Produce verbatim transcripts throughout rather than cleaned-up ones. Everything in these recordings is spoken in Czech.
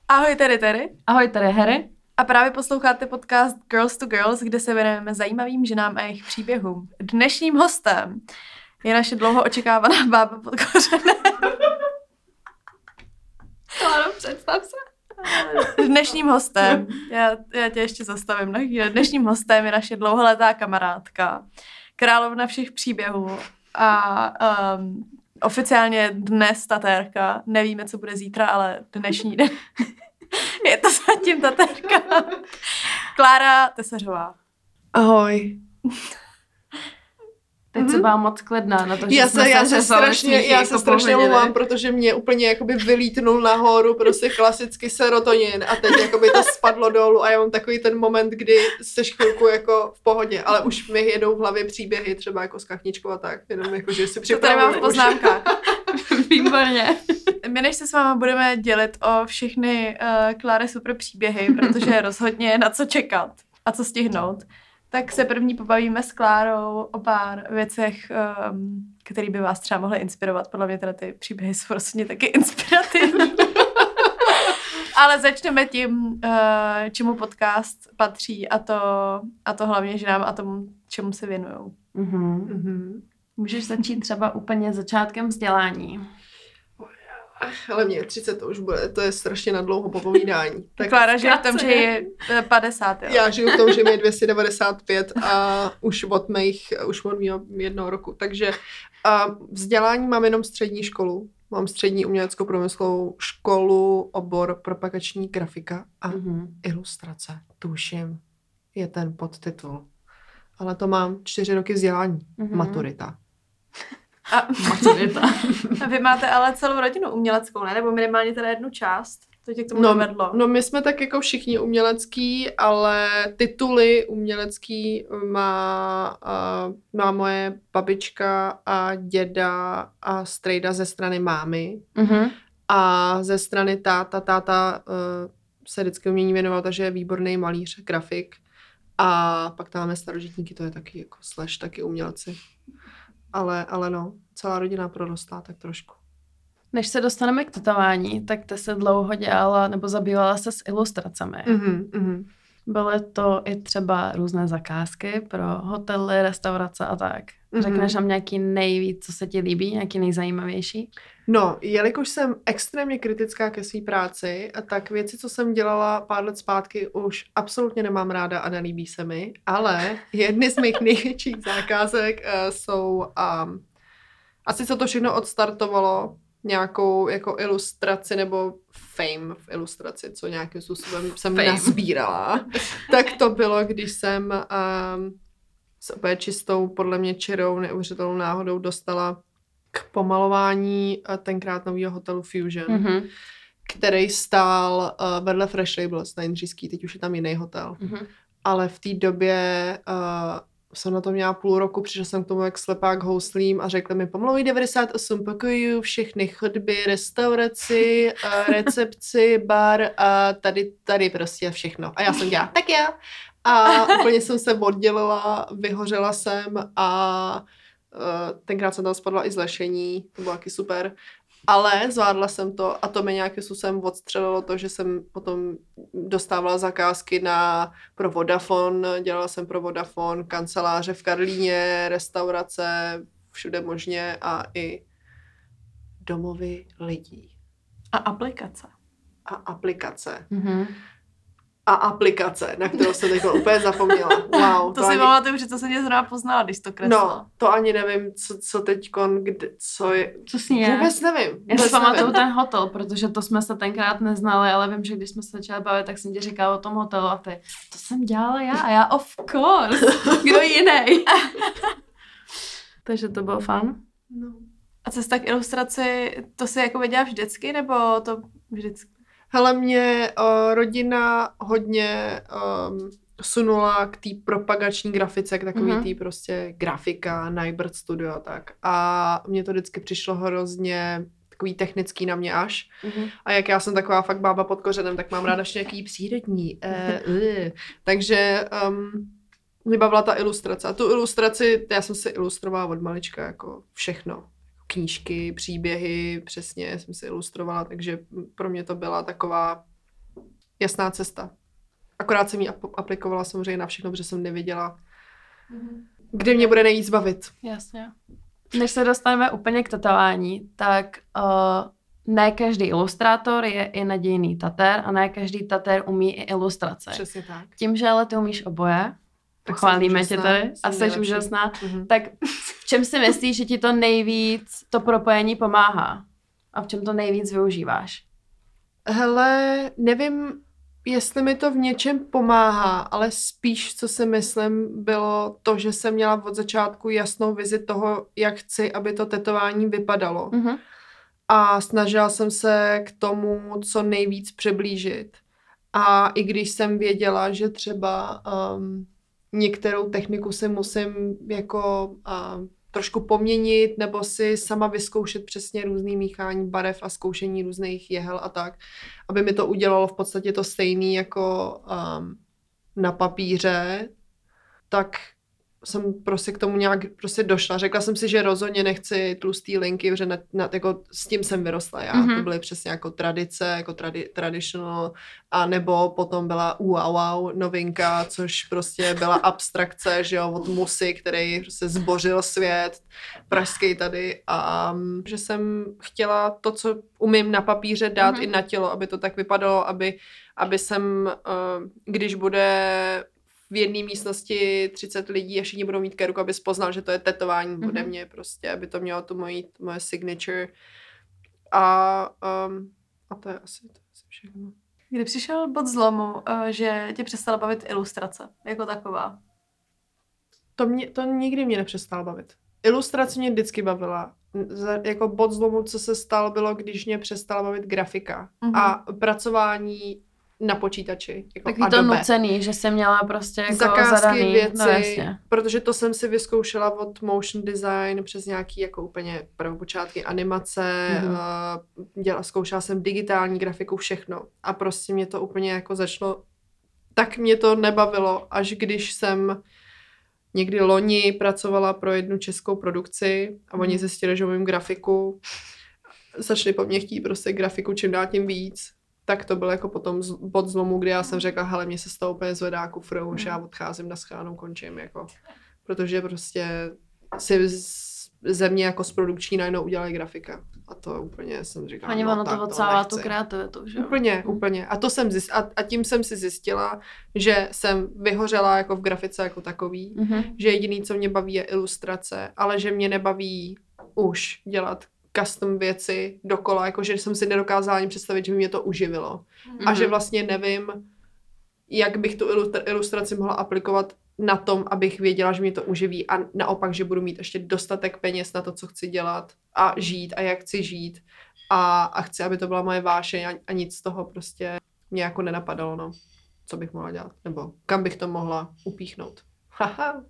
Ahoj tady Terry. Ahoj tady Harry. A právě posloucháte podcast Girls to Girls, kde se věnujeme zajímavým ženám a jejich příběhům. Dnešním hostem je naše dlouho očekávaná bába pod kořenem. Ano, představ se. Dnešním hostem, já, já tě ještě zastavím na chvíli, dnešním hostem je naše dlouholetá kamarádka, královna všech příběhů a um, oficiálně dnes tatérka. Nevíme, co bude zítra, ale dnešní den je to zatím tatérka. Klára Tesařová. Ahoj. Teď mm-hmm. se byla moc klidná na to, že já jsme se, já se se strašně, já jako se strašně mluvám, protože mě úplně jakoby vylítnul nahoru prostě klasický serotonin a teď jakoby to spadlo dolů a já mám takový ten moment, kdy seš chvilku jako v pohodě, ale už mi jedou v hlavě příběhy třeba jako s kachničkou a tak, jenom jako, že si připravuju. To tady mám v poznámkách. Výborně. My než se s váma budeme dělit o všechny uh, Kláry super příběhy, protože rozhodně je na co čekat a co stihnout, tak se první pobavíme s Klárou o pár věcech, um, které by vás třeba mohly inspirovat. Podle mě teda ty příběhy jsou vlastně taky inspirativní. Ale začneme tím, uh, čemu podcast patří a to, a to hlavně ženám a tomu, čemu se věnujou. Mm-hmm. Mm-hmm. Můžeš začít třeba úplně začátkem vzdělání. Ale mě třicet to už bude, to je strašně na dlouho popovídání. Tak Klára žije v tom, že je padesát. Jo. Já žiju v tom, že mi je dvě stě devadesát pět a už od mých, už od mého jednoho roku. Takže a vzdělání mám jenom střední školu. Mám střední umělecko-průmyslovou školu, obor propagační grafika a mm-hmm. ilustrace. Tuším, je ten podtitul. Ale to mám čtyři roky vzdělání. Mm-hmm. Maturita. A, a vy máte ale celou rodinu uměleckou, ne? Nebo minimálně teda jednu část? To tě k tomu no, dovedlo. No my jsme tak jako všichni umělecký, ale tituly umělecký má, uh, má moje babička a děda a strejda ze strany mámy. Mm-hmm. A ze strany táta, táta uh, se vždycky umění věnoval, takže je výborný malíř, grafik. A pak tam máme starožitníky, to je taky jako slash, taky umělci. Ale, ale no, celá rodina prorostá tak trošku. Než se dostaneme k tetování, tak ty se dlouho dělala nebo zabývala se s ilustracemi. Mm-hmm, mm-hmm. Byly to i třeba různé zakázky pro hotely, restaurace a tak. Mm-hmm. Řekneš nám nějaký nejvíc, co se ti líbí, nějaký nejzajímavější? No, jelikož jsem extrémně kritická ke své práci, tak věci, co jsem dělala pár let zpátky, už absolutně nemám ráda a nelíbí se mi, ale jedny z mých největších zakázek uh, jsou, um, asi co to všechno odstartovalo, nějakou jako ilustraci nebo fame v ilustraci, co nějakým způsobem jsem fame. nazbírala, tak to bylo, když jsem um, s úplně čistou, podle mě čirou, neuvěřitelnou náhodou dostala k pomalování tenkrát nového hotelu Fusion, mm-hmm. který stál uh, vedle Fresh Labels na Jindřišský, teď už je tam jiný hotel. Mm-hmm. Ale v té době uh, jsem na to měla půl roku, přišel jsem k tomu jak slepák houslím a řekli mi, pomalují devadesát osm pokojů, všechny chodby, restauraci, uh, recepci, bar a tady, tady prostě všechno. A já jsem dělala, tak já. A úplně jsem se oddělila, vyhořela jsem a uh, tenkrát jsem tam spadla i z lešení, to bylo taky super. Ale zvládla jsem to a to mi nějakým způsobem odstřelilo to, že jsem potom dostávala zakázky na, pro Vodafone, dělala jsem pro Vodafone, kanceláře v Karlíně, restaurace, všude možně a i domovy lidí. A aplikace. A aplikace. Mm-hmm. A aplikace, na kterou jsem teď úplně zapomněla. Wow. To, to si ani... pamatuju, že to jsem tě zrovna poznala, když to kresla. No, to ani nevím, co, co teďkon, kde, co je. Co s ní je? Vůbec nevím. Já si pamatuju ten hotel, protože to jsme se tenkrát neznali, ale vím, že když jsme se začali bavit, tak jsem ti říkala o tom hotelu a ty, to jsem dělala já a já of course. Kdo jiný? Takže to bylo fun. No. A cesta k ilustraci, to si jako děláš vždycky, nebo to vždycky? Hele, mě uh, rodina hodně um, sunula k té propagační grafice, k takový mm-hmm. tý prostě grafika, Nightbird Studio a tak. A mně to vždycky přišlo hrozně takový technický na mě až. Mm-hmm. A jak já jsem taková fakt bába pod kořenem, tak mám ráda ještě nějaký přírodní. Uh, uh. Takže um, mě bavila ta ilustrace. A tu ilustraci, já jsem si ilustrovala od malička jako všechno. Knížky, příběhy, přesně jsem si ilustrovala, takže pro mě to byla taková jasná cesta. Akorát jsem ji ap- aplikovala samozřejmě na všechno, protože jsem nevěděla, kde mě bude nejvíc bavit. Jasně. Než se dostaneme úplně k tetování, tak uh, ne každý ilustrátor je i nadějný tatér a ne každý tatér umí i ilustrace. Přesně tak. Tím, že ale ty umíš oboje, Tak pochválíme jsem tě úžasná, tady a jsem jsi nejlepší. úžasná, Mhm. tak v čem si myslíš, že ti to nejvíc, to propojení pomáhá? A v čem to nejvíc využíváš? Hele, nevím, jestli mi to v něčem pomáhá, ale spíš, co si myslím, bylo to, že jsem měla od začátku jasnou vizi toho, jak chci, aby to tetování vypadalo. Mhm. A snažila jsem se k tomu co nejvíc přiblížit. A i když jsem věděla, že třeba um, některou techniku si musím jako um, trošku poměnit nebo si sama vyzkoušet přesně různý míchání barev a zkoušení různých jehel a tak, aby mi to udělalo v podstatě to stejný jako um, na papíře, tak jsem prostě k tomu nějak prostě došla. Řekla jsem si, že rozhodně nechci tlustý linky, protože na, na, jako s tím jsem vyrostla já. Mm-hmm. To byly přesně jako tradice, jako tradi, traditional, a nebo potom byla wow, wow novinka, což prostě byla abstrakce, že jo, od Musy, který prostě zbořil svět, pražský tady, a um, že jsem chtěla to, co umím na papíře, dát mm-hmm. i na tělo, aby to tak vypadalo, aby, aby jsem, uh, když bude v jedné místnosti třicet lidí a všichni budou mít keruku, aby spoznal, že to je tetování mm-hmm. ode mě prostě, aby to mělo tu moji, moje signature. A, um, a to je asi, to je asi všechno. Kdy přišel bod zlomu, že tě přestala bavit ilustrace jako taková? To, mě, to nikdy mě nepřestalo bavit. Ilustrace mě vždycky bavila. Jako bod zlomu, co se stalo, bylo, když mě přestala bavit grafika. Mm-hmm. A pracování na počítači. Jako Takový to nucený, že jsem měla prostě jako zakázky, zadaný. věci, No jasně. Protože to jsem si vyzkoušela od motion design přes nějaký jako úplně prvopočátky animace, mm-hmm. uh, děla, zkoušela jsem digitální grafiku, všechno. A prostě mě to úplně jako začalo, tak mě to nebavilo, až když jsem někdy loni pracovala pro jednu českou produkci a oni mm-hmm. zjistili, že umím grafiku. Začali po mně chtít prostě grafiku čím dál tím víc. Tak to byl jako potom bod zlomu, kdy já jsem řekla, hele, mě se z toho úplně zvedá kufrou, že já odcházím na schránu, končím, jako, protože prostě si ze mě jako z produkční najednou udělali grafika. A to úplně jsem říkala, Ani no, ono to odsává tu kreativitu, že? Úplně, úplně. A to jsem zjist, a, a tím jsem si zjistila, že jsem vyhořela jako v grafice jako takový, mm-hmm. že jediný, co mě baví, je ilustrace, ale že mě nebaví už dělat custom věci dokola, jakože jsem si nedokázala ani představit, že by mě to uživilo. Mm-hmm. A že vlastně nevím, jak bych tu ilustraci mohla aplikovat na tom, abych věděla, že mě to uživí, a naopak, že budu mít ještě dostatek peněz na to, co chci dělat a žít a jak chci žít a, a chci, aby to byla moje vášeň, a, a nic z toho prostě mě jako nenapadalo, no. Co bych mohla dělat, nebo kam bych to mohla upíchnout. Haha.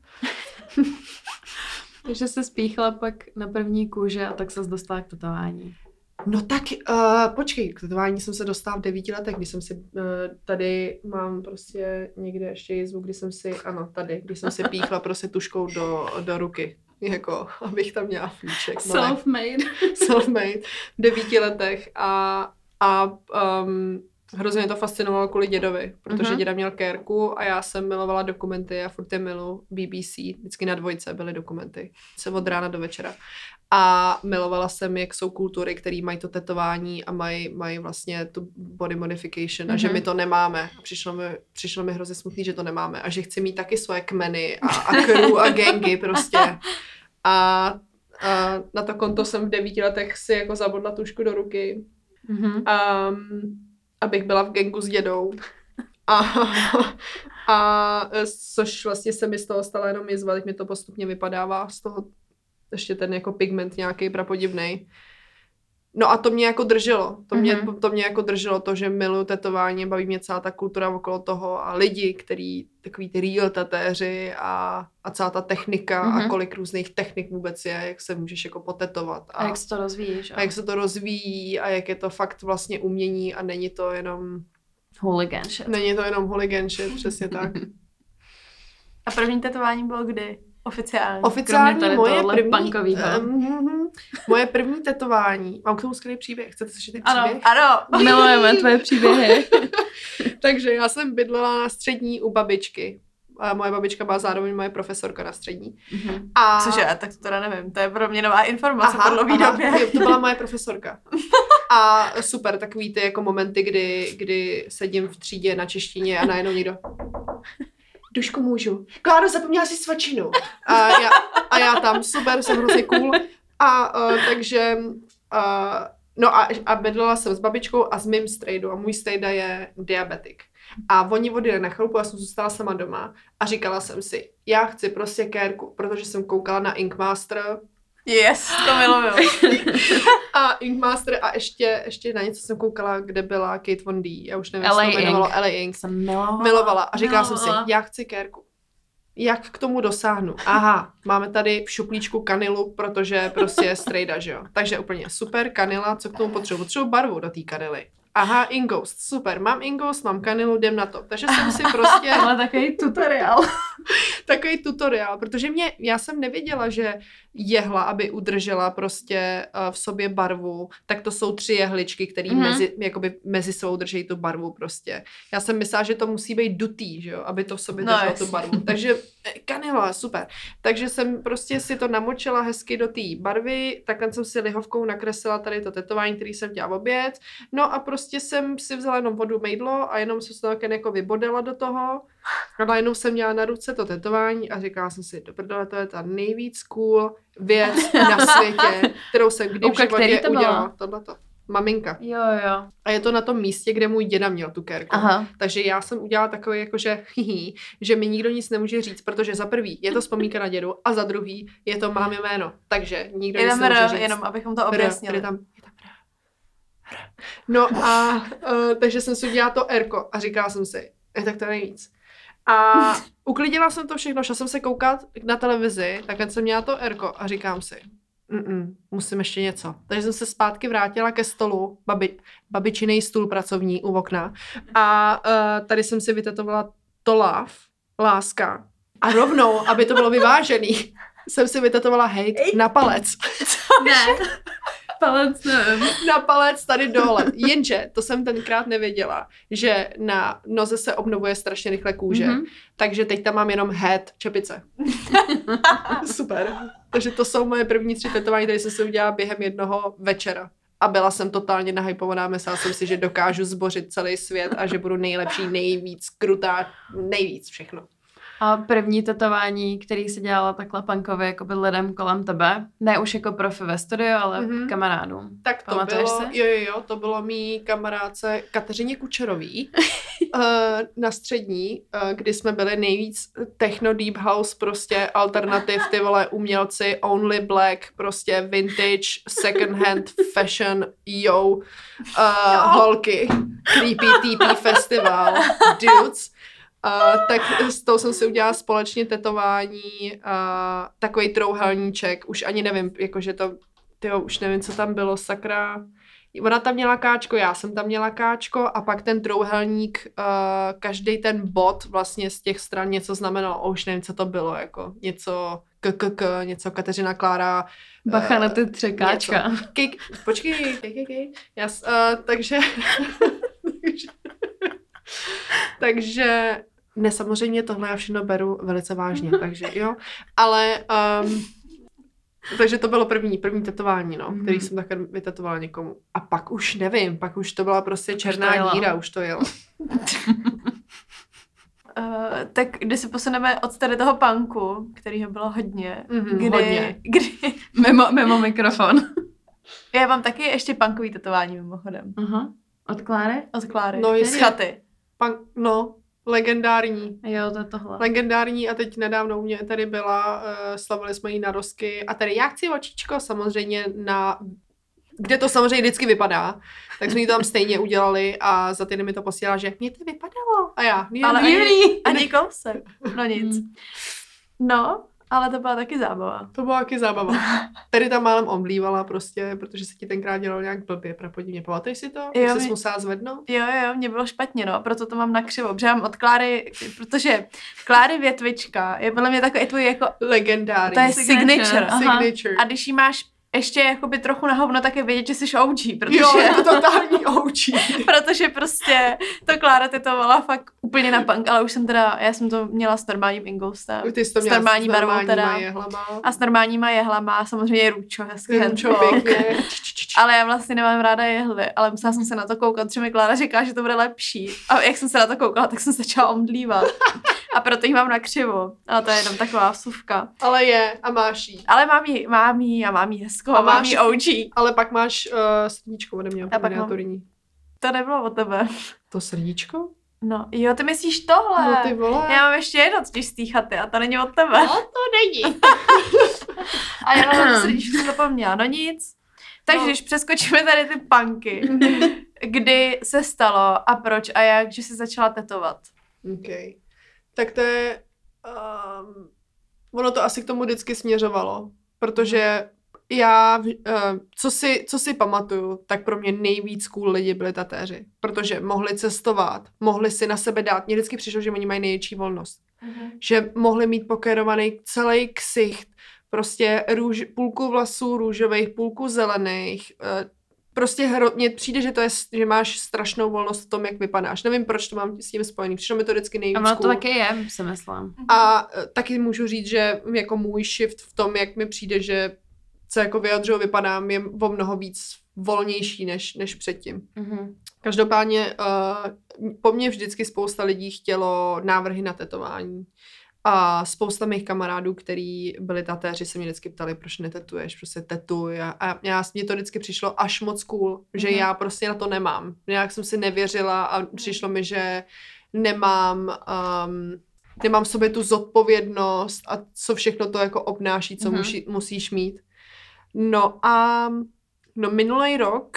Takže se spíchla pak na první kůže a tak se dostala k tetování. No tak, uh, počkej, k tetování jsem se dostala v devíti letech, když jsem si, uh, tady mám prostě někde ještě jizvu, kdy jsem si, ano, tady, když jsem si píchla prostě tuškou do, do ruky, jako, abych tam měla flíček. No, Self-made. Self-made, v devíti letech, a, a um, hrozně mě to fascinovalo kvůli dědovi, protože mm-hmm. děda měl kérku a já jsem milovala dokumenty a furt je milu B B C, vždycky na dvojce byly dokumenty, se od rána do večera. A milovala jsem, jak jsou kultury, které mají to tetování a mají, mají vlastně tu body modification, mm-hmm. a že my to nemáme. A přišlo mi, přišlo mi hrozně smutný, že to nemáme a že chci mít taky svoje kmeny a, a crew a gangy prostě. A, a na to konto jsem v devíti letech si jako zabodla tušku do ruky. Mm-hmm. Um, abych byla v gangu s dědou. A, a což vlastně se mi z toho stala jenom jizva, teď mi to postupně vypadává z toho ještě ten jako pigment nějaký prapodivnej. No a to mě jako drželo. To mě, mm-hmm. to mě jako drželo to, že miluju tetování, baví mě celá ta kultura okolo toho a lidi, který takový ty real tatéři a, a celá ta technika mm-hmm. a kolik různých technik vůbec je, jak se můžeš jako potetovat. A, a jak se to rozvíjíš. A jak se to rozvíjí a jak je to fakt vlastně umění a není to jenom hooligan shit. Není to jenom hooligan shit, přesně tak. A první tetování bylo kdy? Oficiálně. Oficiální moje první, um, moje první tetování. Mám k tomu skvělý příběh. Chcete slyšet ty ano, příběh? Ano, milujeme tvoje příběhy. Takže já jsem bydlela na střední u babičky. A moje babička byla zároveň moje profesorka na střední. Mm-hmm. A... Cože, tak to teda nevím, to je pro mě nová informace aha, po dlouhý aha, době. Jo, to byla moje profesorka. A super, takový ty jako momenty, kdy, kdy sedím v třídě na češtině a najednou někdo... Dušku, můžu. Kláro, zapomněla si svačinu. A já, a já tam, super, jsem hrozně cool. A uh, takže... Uh, no a, a bydlela jsem s babičkou a s mým strejdou. A můj strejda je diabetik. A oni odjeli na chalupu, já jsem zůstala sama doma a říkala jsem si, já chci prostě kérku, protože jsem koukala na Ink Master. Yes, to miluju. A Ink Master a ještě, ještě na něco jsem koukala, kde byla Kate Von D. Já už nevím, L A jak se to jmenovalo. Ink. L A Ink. Jsem milovala. Milovala. A říkala milovala. jsem si, já chci kérku. Jak k tomu dosáhnu? Aha, máme tady v šuplíčku kanilu, protože prostě je strejda, že jo? Takže úplně super, kanila, co k tomu potřebuji? Potřebuji barvu do té kanily. Aha, Ingoust, super, mám Ingoust, mám kanilu, jdem na to. Takže jsem si prostě... Ale takový tutoriál. Takový tutoriál, protože mě, já jsem nevěděla, že jehla, aby udržela prostě uh, v sobě barvu, tak to jsou tři jehličky, které Mhm. mezi, jakoby mezi sebou drží tu barvu prostě. Já jsem myslela, že to musí být dutý, že jo, aby to v sobě No, drželo jasně. tu barvu. Takže eh, kanila, super. Takže jsem prostě si to namočila hezky do té barvy, takhle jsem si lihovkou nakreslila tady to tetování, který jsem dělala v oběd. No a prostě jsem si vzala jenom vodu, mejdlo a jenom jsem se to také jako vybodela do toho. A najednou jsem měla na ruce to tetování a říkala jsem si, do prdele, to je ta nejvíc cool věc na světě, kterou jsem kdy v Uka, který životě to bylo? udělala. Tohleto. Maminka. Jo, jo. A je to na tom místě, kde můj děda měl tu kérku. Aha. Takže já jsem udělala takový jakože hihi, že mi nikdo nic nemůže říct, protože za prvý je to vzpomínka na dědu a za druhý je to mámě jméno. Takže nikdo nic Jenom, nemůže r, říct. jenom abych to R, objasnili. je tam, je tam R. R. No a uh, takže jsem si udělala to Rko a říkala jsem si, je tak to nejvíc. A uklidila jsem to všechno, šla jsem se koukat na televizi, takhle jsem měla to Rko a říkám si, Mm-mm, musím ještě něco. Takže jsem se zpátky vrátila ke stolu, babi, babičinej stůl pracovní u okna a uh, tady jsem si vytetovala to love, láska. A rovnou, aby to bylo vyvážený, jsem si vytetovala hate na palec. Ne. Palec nevím. Na palec tady dole. Jenže to jsem tenkrát nevěděla, že na noze se obnovuje strašně rychle kůže. Mhm. Takže teď tam mám jenom head, čepice. Super. Takže to jsou moje první tři tetování, které jsem si udělala během jednoho večera. A byla jsem totálně nahypovaná, myslela jsem si, že dokážu zbořit celý svět a že budu nejlepší, nejvíc krutá, nejvíc všechno. A první tetování, který si dělala takhle punkově, jako by lidem kolem tebe, ne už jako profi ve studiu, ale Mhm. mm-hmm. kamarádům. Tak to Pamatuješ bylo, se? jo, jo, jo, to bylo mý kamarádce Kateřině Kučerový uh, na střední, uh, kdy jsme byli nejvíc techno deep house, prostě alternativ, ty vole umělci, only black, prostě vintage, second hand fashion, yo, uh, holky, creepy T P festival, dudes. Uh, tak s tou jsem si udělala společně tetování, uh, takový trouhelníček, už ani nevím, jakože to, tyjo, už nevím, co tam bylo, sakra. Ona tam měla káčko, já jsem tam měla káčko a pak ten trouhelník, uh, každý ten bod vlastně z těch stran něco znamenalo, o, už nevím, co to bylo, jako něco k, k, k, něco Kateřina Klára. Bacha na ty třekáčka. Kej, počkej, kej, kej, kej. Jas, uh, takže... takže... takže... Ne, samozřejmě tohle já všechno beru velice vážně, takže jo. Ale... Um, takže to bylo první, první tetování, no, Mm. který jsem takhle vytetovala někomu. A pak už nevím, pak už to byla prostě černá jela. díra, už to jelo. Uh, tak když se posuneme od tady toho punku, kterýho bylo hodně, Mhm, kdy, hodně. kdy... Mimo, mimo mikrofon. Já mám taky ještě punkový tetování mimochodem. Aha. Od Kláry? Od Kláry. No, Z jestli- chaty. Pan, no, legendární. Jo, to je tohle. Legendární a teď nedávno u mě tady byla, uh, slavili jsme jí narozky a tady já chci očičko, samozřejmě na, kde to samozřejmě vždycky vypadá, tak jsme jí to tam stejně udělali a za týden mi to posílala, že mě to vypadalo a já, mě Ale ne, ani, ani kousek. No nic. Mm. No, ale to byla taky zábava. to byla taky zábava. Tady tam málem omlívala prostě, protože se ti tenkrát dělalo nějak blbě, prapodivně. Pamatuješ si to? Jo, Jak jsi mi- musela zvednout? Jo, jo, mě bylo špatně, no, proto to mám nakřivo, protože mám od Kláry, protože Kláry větvička je podle mě takový tvůj jako, Legendární. to je Signature, signature. aha. Signature. A když ji máš ještě jakoby trochu na hovno taky vědět, že jsi O G, protože... Jo, je to totální O G. protože prostě to Klára tetovala fakt úplně na punk, ale už jsem teda, já jsem to měla s normálním ingoustem. Ty jsi to s měla normální s barvou normálníma teda. jehlama. A s normálníma jehlama a samozřejmě Růčo, hezky Růčo handball. pěkně. Ale já vlastně nemám ráda jehly, ale musela jsem se na to koukat, protože mi Klára říká, že to bude lepší. A jak jsem se na to koukala, tak jsem začala omdlívat. A proto jí mám nakřivo. Ale to je jenom taková vsuvka. Ale je a máš jí. Ale mám jí, mám jí a mám jí hezkou a, A mám máš- jí O G. Ale pak máš uh, srdíčko ode mě, A pak mám- miniaturní. To nebylo o tebe. To srdíčko? No, jo, ty myslíš tohle. No ty vole. Já mám ještě jedno totiž z té chaty a to není od tebe. No to není. A já mám to srdíčko jsem zapomněla. No nic. Takže No. když přeskočíme tady ty punky, kdy se stalo a proč a jak, že jsi začala tetovat. OK. Tak to je... Um, ono to asi k tomu vždycky směřovalo, protože já, uh, co, si, co si pamatuju, tak pro mě nejvíc cool lidi byli tatéři, protože mohli cestovat, mohli si na sebe dát, mně vždycky přišlo, že oni mají největší volnost, Mhm. že mohli mít pokérovaný celý ksicht, prostě růž, půlku vlasů růžových, půlku zelených, uh, prostě hro, mně přijde, že to je, že máš strašnou volnost v tom, jak vypadáš. Nevím, proč to mám s tím spojený. Přišlo mi to vždycky nejvíc A ono to cool. taky je, si myslím. A e, taky můžu říct, že jako můj shift v tom, jak mi přijde, že se jako vyjadřuju, vypadám, je o mnoho víc volnější než, než předtím. Mhm. Každopádně uh, po mně vždycky spousta lidí chtělo návrhy na tetování. A spousta mých kamarádů, který byli tatéři, se mě vždycky ptali, proč netetuješ, prostě tetuj. A, a já, mně to vždycky přišlo až moc cool, že Mhm. já prostě na to nemám. Nějak jsem si nevěřila a přišlo mi, že nemám, um, nemám v sobě tu zodpovědnost a co všechno to jako obnáší, co Mhm. musí, musíš mít. No a no minulý rok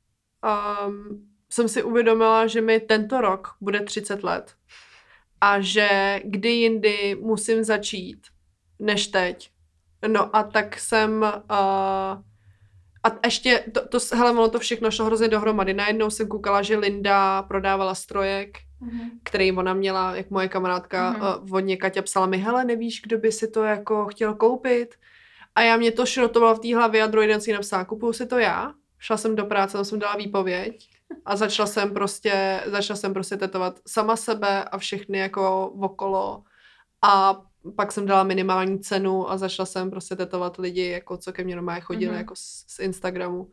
um, jsem si uvědomila, že mi tento rok bude třicet let. A že kdy jindy musím začít, než teď. No a tak jsem... Uh, a ještě, to, to, hele, ono to všechno šlo hrozně dohromady. Najednou jsem koukala, že Linda prodávala strojek, Mhm. který ona měla, jak moje kamarádka Mhm. uh, od někaď a psala mi, hele, nevíš, kdo by si to jako chtěl koupit? A já mě to šrotovalo v té hlavě a druhý den si napsala, kupuju si to já? Šla jsem do práce, tam jsem dala výpověď a začala jsem prostě, začala jsem prostě tetovat sama sebe a všechny jako okolo a pak jsem dala minimální cenu a začala jsem prostě tetovat lidi, jako co ke mně normálně chodili, Mhm. jako z, z Instagramu.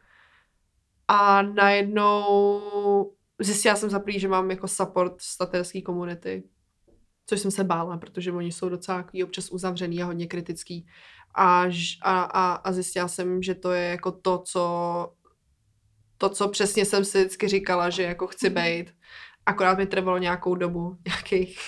A najednou zjistila jsem za prvý, že mám jako support z taterské komunity, což jsem se bála, protože oni jsou docela takový občas uzavřený a hodně kritický. A, ž- a, a, a zjistila jsem, že to je jako to, co to, co přesně jsem si vždycky říkala, že jako chci bejt. Akorát mi trvalo nějakou dobu, nějakých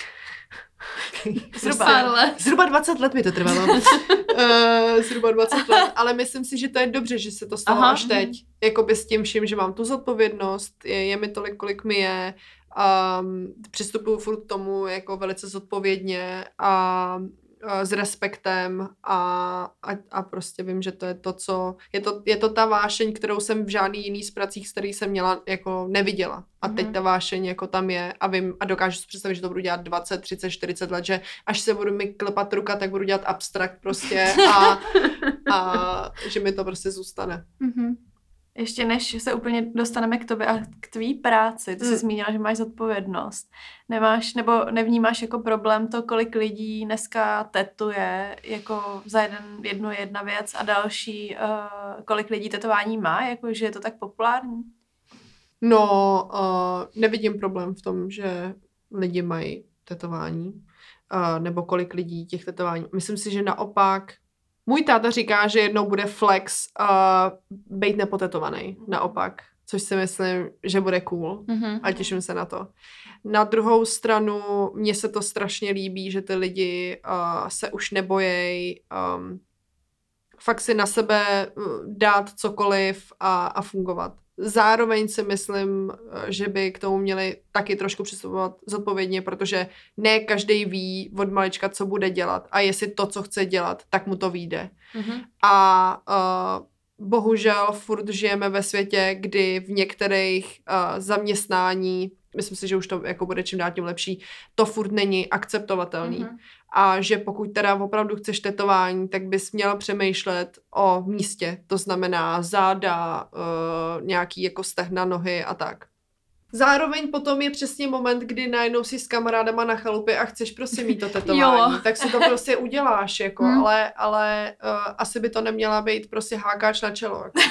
Zhruba. Pár let. Zhruba dvacet let mi to trvalo. uh, zhruba dvacet let, ale myslím si, že to je dobře, že se to stalo Aha. až teď. Jakoby s tím vším, že mám tu zodpovědnost, je, je mi tolik, kolik mi je, um, přistupuju furt k tomu jako velice zodpovědně a uh, s respektem a, a, a prostě vím, že to je to, co, je to, je to ta vášeň, kterou jsem v žádný jiný z pracích, z kterých jsem měla, jako neviděla. A teď Mhm. ta vášeň jako tam je a vím a dokážu si představit, že to budu dělat dvacet, třicet, čtyřicet let, že až se budu mi klepat ruka, tak budu dělat abstrakt prostě a, a že mi to prostě zůstane. Mhm. Ještě než se úplně dostaneme k tobě a k tvý práci, ty jsi Mm. zmínila, že máš zodpovědnost. Nemáš, nebo nevnímáš jako problém to, kolik lidí dneska tetuje, jako za jeden, jednu jedna věc a další, uh, kolik lidí tetování má, jako že je to tak populární? No, uh, nevidím problém v tom, že lidi mají tetování, uh, nebo kolik lidí těch tetování. Myslím si, že naopak můj táta říká, že jednou bude flex uh, být nepotetovaný, naopak, což si myslím, že bude cool. Mhm. A těším se na to. Na druhou stranu, mně se to strašně líbí, že ty lidi uh, se už nebojí um, fakt si na sebe uh, dát cokoliv a, a fungovat. Zároveň si myslím, uh, že by k tomu měli taky trošku přistupovat zodpovědně, protože ne každý ví od malička, co bude dělat a jestli to, co chce dělat, tak mu to vyjde. Mhm. A uh, bohužel furt žijeme ve světě, kdy v některých uh, zaměstnání myslím si, že už to jako bude čím dál tím lepší, to furt není akceptovatelný. Mhm. A že pokud teda opravdu chceš tetování, tak bys měla přemýšlet o místě. To znamená záda, uh, nějaký jako stehna, nohy a tak. Zároveň potom je přesně moment, kdy najednou si s kamarádama na chalupě a chceš prostě mít to tetování. Jo. Tak si to prostě uděláš, jako, Hmm. ale, ale uh, asi by to neměla být prostě hákáč na čelo. Jako.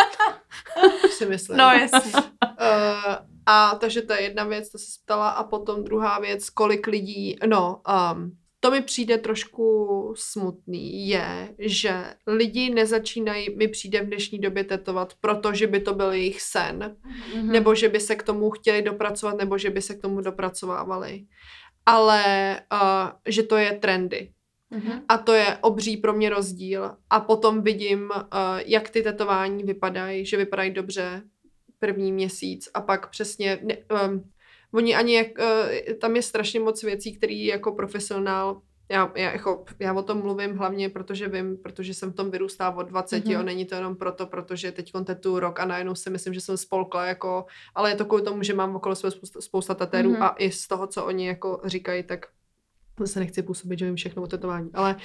si myslím. No jasně. Uh, a takže to je jedna věc, to se ptala. A potom druhá věc, kolik lidí, no, um, to mi přijde trošku smutný, je, že lidi nezačínají, mi přijde v dnešní době tetovat, protože by to byl jejich sen, Mhm. nebo že by se k tomu chtěli dopracovat, nebo že by se k tomu dopracovávali. Ale uh, že to je trendy. Mhm. A to je obří pro mě rozdíl. A potom vidím, uh, jak ty tetování vypadají, že vypadají dobře první měsíc a pak přesně... Ne, um, oni ani, jak, uh, tam je strašně moc věcí, které jako profesionál, já, já, jako, já o tom mluvím hlavně, protože vím, protože jsem v tom vyrůstala od dvaceti, Mhm. jo, není to jenom proto, protože teď tetuju rok a najednou si myslím, že jsem spolkla, jako, ale je to kvůli tomu, že mám okolo sebe spousta, spousta tatérů Mhm. a i z toho, co oni jako říkají, tak zase nechci působit, že vím všechno o tetování, ale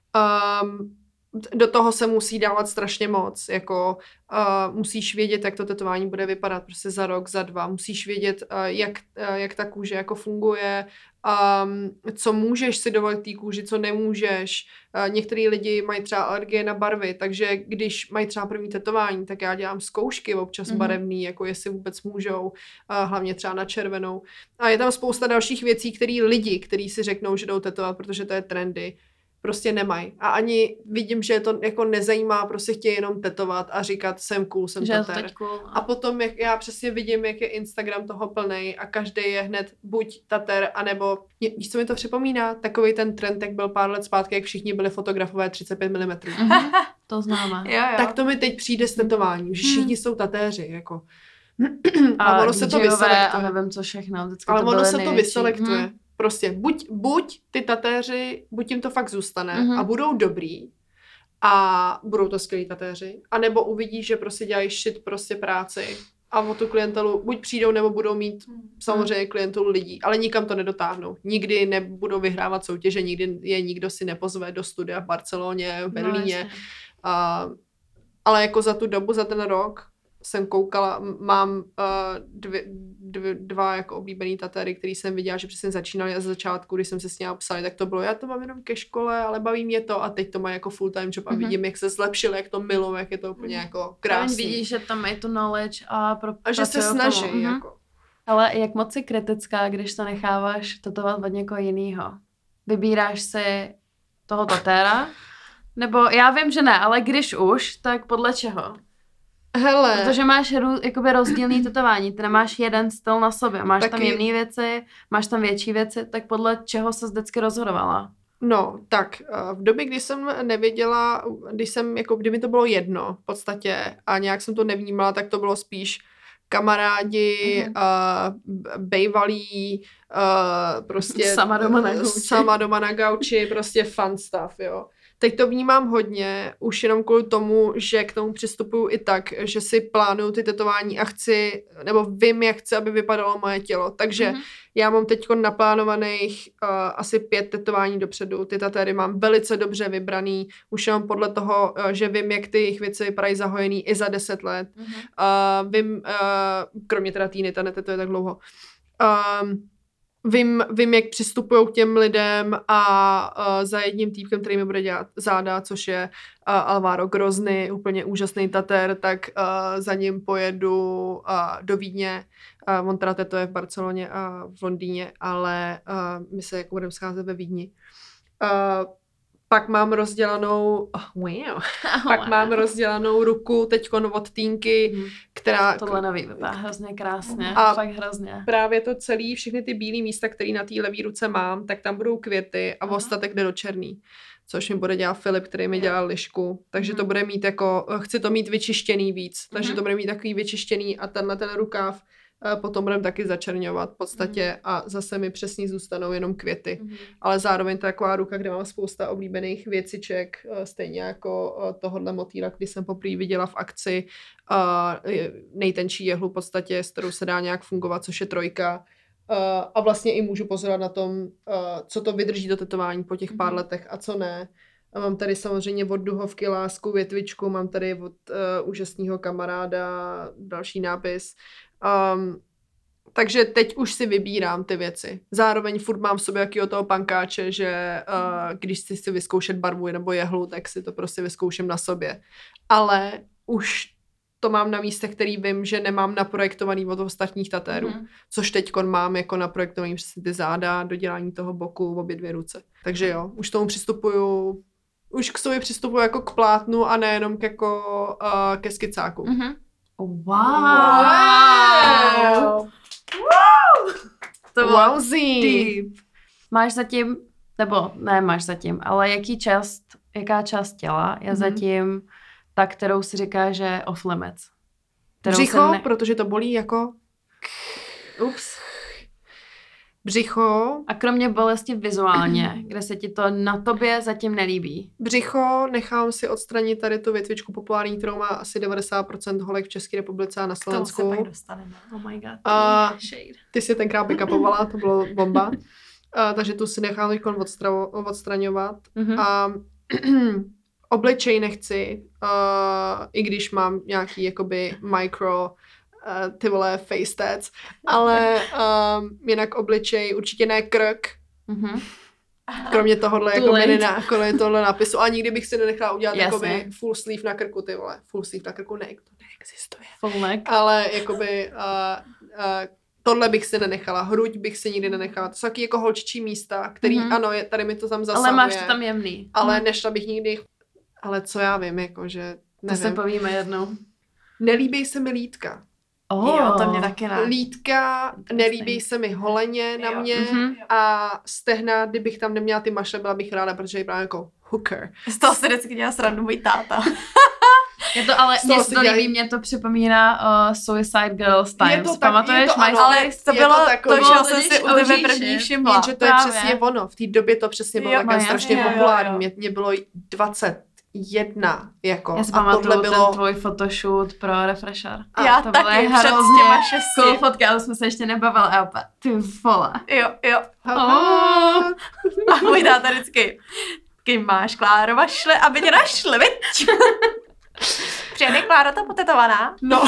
um, do toho se musí dávat strašně moc, jako uh, musíš vědět, jak to tetování bude vypadat prostě za rok, za dva, musíš vědět, uh, jak, uh, jak ta kůže jako funguje, um, co můžeš si dovolit té kůži, co nemůžeš. Uh, některý lidi mají třeba alergie na barvy, takže když mají třeba první tetování, tak já dělám zkoušky občas Mhm. barevný, jako jestli vůbec můžou, uh, hlavně třeba na červenou. A je tam spousta dalších věcí, které lidi, kteří si řeknou, že jdou tetovat, protože to je trendy, prostě nemají. A ani vidím, že to jako nezajímá, prostě chtějí jenom tetovat a říkat, jsem cool, jsem Že je to tatér. teď cool. A potom, jak já přesně vidím, jak je Instagram toho plnej a každý je hned buď tatér, anebo, víš, co mi to připomíná? Takový ten trend, jak byl pár let zpátky, jak všichni byli fotografové třicet pět milimetrů. Mhm. To známe. Jo, jo. Tak to mi teď přijde s tetováním, že všichni jsou tatéři, jako. A, A ono se to DJové vyselektuje. A nevím, co všechno. Vždycky Ale to ono byly se to největší. vyselektuje. Mhm. Prostě buď, buď ty tatéři, buď jim to fakt zůstane Mhm. a budou dobrý a budou to skvělí tatéři, anebo uvidí, že prostě dělají shit prostě práci a o tu klientelu buď přijdou, nebo budou mít samozřejmě klientelu lidí, ale nikam to nedotáhnou. Nikdy nebudou vyhrávat soutěže, nikdy je nikdo si nepozve do studia v Barceloně, v Berlíně. No, jasně. a, ale jako za tu dobu, za ten rok jsem koukala, m- mám uh, dvě, dvě, dva jako oblíbený tatéry, který jsem viděla, že přesně začínali a z začátku, když jsem se s ním psali, tak to bylo, já to mám jenom ke škole, ale baví mě to a teď to má jako full time job a Mhm. vidím, jak se zlepšili, jak to milují, jak je to úplně jako Zároveň krásný. vidíš, že tam mají tu knowledge a pro A že se pracují k snaží, tomu. Mhm. jako. Ale jak moc si kritická, když se necháváš tetovat od někoho jiného? Vybíráš si toho tatéra? Nebo já vím, že ne, ale když už, tak podle čeho? Hele, Protože máš rů, jakoby rozdílný tetování, ty nemáš jeden styl na sobě, máš Taky- tam jemné věci, máš tam větší věci, tak podle čeho se vždycky rozhodovala? no, tak eh, v době, kdy jsem nevěděla, když jsem, jako kdyby to bylo jedno v podstatě a nějak jsem to nevnímala, tak to bylo spíš kamarádi, Mhm. uh, bejvalí, uh, prostě Sama doma na eh, gauči. sama doma na gauči, prostě fun stuff, jo. Teď to vnímám hodně, už jenom kvůli tomu, že k tomu přistupuju i tak, že si plánuju ty tetování a chci, nebo vím, jak chci, aby vypadalo moje tělo. Takže Mhm. já mám teď naplánovaných uh, asi pět tetování dopředu. Ty tatéry mám velice dobře vybraný, už jenom podle toho, uh, že vím, jak ty jejich věci vypadají zahojený i za deset let. Mhm. Uh, vím, uh, kromě teda týny, ta netetuje tak dlouho. Um, Vím, vím, jak přistupují k těm lidem a uh, za jedním týpkem, který mi bude dělat záda, což je uh, Alvaro Grozny, úplně úžasný tatér, tak uh, za ním pojedu uh, do Vídně. Uh, on teda tetuje v Barceloně a v Londýně, ale uh, my se jako budeme scházet ve Vídni. Uh, pak mám rozdělanou, oh, wow, pak mám rozdělanou ruku teďkon od týnky, Mhm. která... Tohle nový vypadá hrozně krásně, A- fakt hrozně. Právě to celý, všechny ty bílé místa, které na té levé ruce mám, tak tam budou květy a Aha. ostatek jde do černý. Což mi bude dělat Filip, který mi Jo. dělal lišku. Takže Mhm. to bude mít jako, chci to mít vyčištěný víc. Takže Mhm. to bude mít takový vyčištěný a tenhle ten rukáv eh, potom budeme taky začerňovat v podstatě a zase mi přesně zůstanou jenom květy. Mhm. Ale zároveň to je taková ruka, kde mám spousta oblíbených věciček, eh, stejně jako eh, tohohle motýla, když jsem poprvé viděla v akci eh, nejtenčí jehlu v podstatě, s kterou se dá nějak fungovat, což je trojka. a vlastně i můžu pozorovat na tom, uh, co to vydrží to tetování po těch pár letech a co ne. A mám tady samozřejmě od duhovky lásku, větvičku, mám tady od uh, úžasného kamaráda další nápis. Um, takže teď už si vybírám ty věci. Zároveň furt mám v sobě jakýho toho pankáče, že uh, když si chci vyzkoušet barvu nebo jehlu, tak si to prostě vyzkouším na sobě. Ale už to mám na místech, který vím, že nemám naprojektovaný od ostatních tatérů. Mm. Což teďkon mám jako naprojektovaný přesně ty záda, dodělání toho boku, obě dvě ruce. Takže jo, už tomu přistupuju, už k sobě přistupuju jako k plátnu a nejenom k jako uh, ke skicáku. Mm-hmm. Wow. Wow. Wow. To bylo Wowzí. deep. Máš zatím, nebo ne máš zatím, ale jaký část, jaká část těla je mm-hmm. zatím ta, kterou si říká, že je off limits? Břicho, ne... protože to bolí jako... Ups. Břicho. A kromě bolesti vizuálně, kde se ti to na tobě zatím nelíbí? Břicho, nechám si odstranit tady tu větvičku populární, kterou má asi devadesát procent holek v České republice a na Slovensku. K tomu se pak dostaneme. Oh my god. A shade. ty si tenkrát pick-upovala, to bylo bomba. A, takže tu si nechám odstra- odstraňovat. Mm-hmm. A obličej nechci, uh, i když mám nějaký jakoby micro uh, ty vole face tats, ale um, jinak obličej, určitě ne krk. Mm-hmm. Kromě tohohle, jako na, kromě tohohle nápisu. A nikdy bych si nenechala udělat jakoby full sleeve na krku, ty vole. Full sleeve na krku ne, to neexistuje. Full neck. Ale jakoby uh, uh, tohle bych si nenechala. Hruď bych si nikdy nenechala. To jsou taky jako holčičí místa, který, mm-hmm. ano, je, tady mi to tam zasahuje. Ale máš to tam jemný. Ale mm. nešla bych nikdy, ale co já vím, jako, že nevím. To se povíme jednou. Nelíbí se mi lítka. Oh, jo, to mě taky ne. Lítka, nelíbí se mi holeně na mě mm-hmm. a stehna, kdybych tam neměla ty mašle, byla bych ráda, protože je právě jako hooker. Z toho se vždycky dělá srandu můj táta. Je to ale, mně se to líbí, mě to připomíná uh, Suicide Girls Times. To pamatuješ? To, ano, ale to bylo to, to že jsem si u tebe Ožíši. první všimla. Jenže to je přesně ono. V té době to přesně bylo takhle strašně jo, populární. jo, jo. Mě, mě bylo dvacet jedna, jako. Já si a pamatuju tohle bylo... ten tvůj photoshoot pro Refresher. A já to taky, před těma šesti. Cool fotka, ale jsme se ještě nebavili. A opa, ty vole. Jo, jo. Oh. A můj táta vždycky, kdy máš Kláro vašle, aby tě našli, viď? Přijede Klára ta potetovaná. No.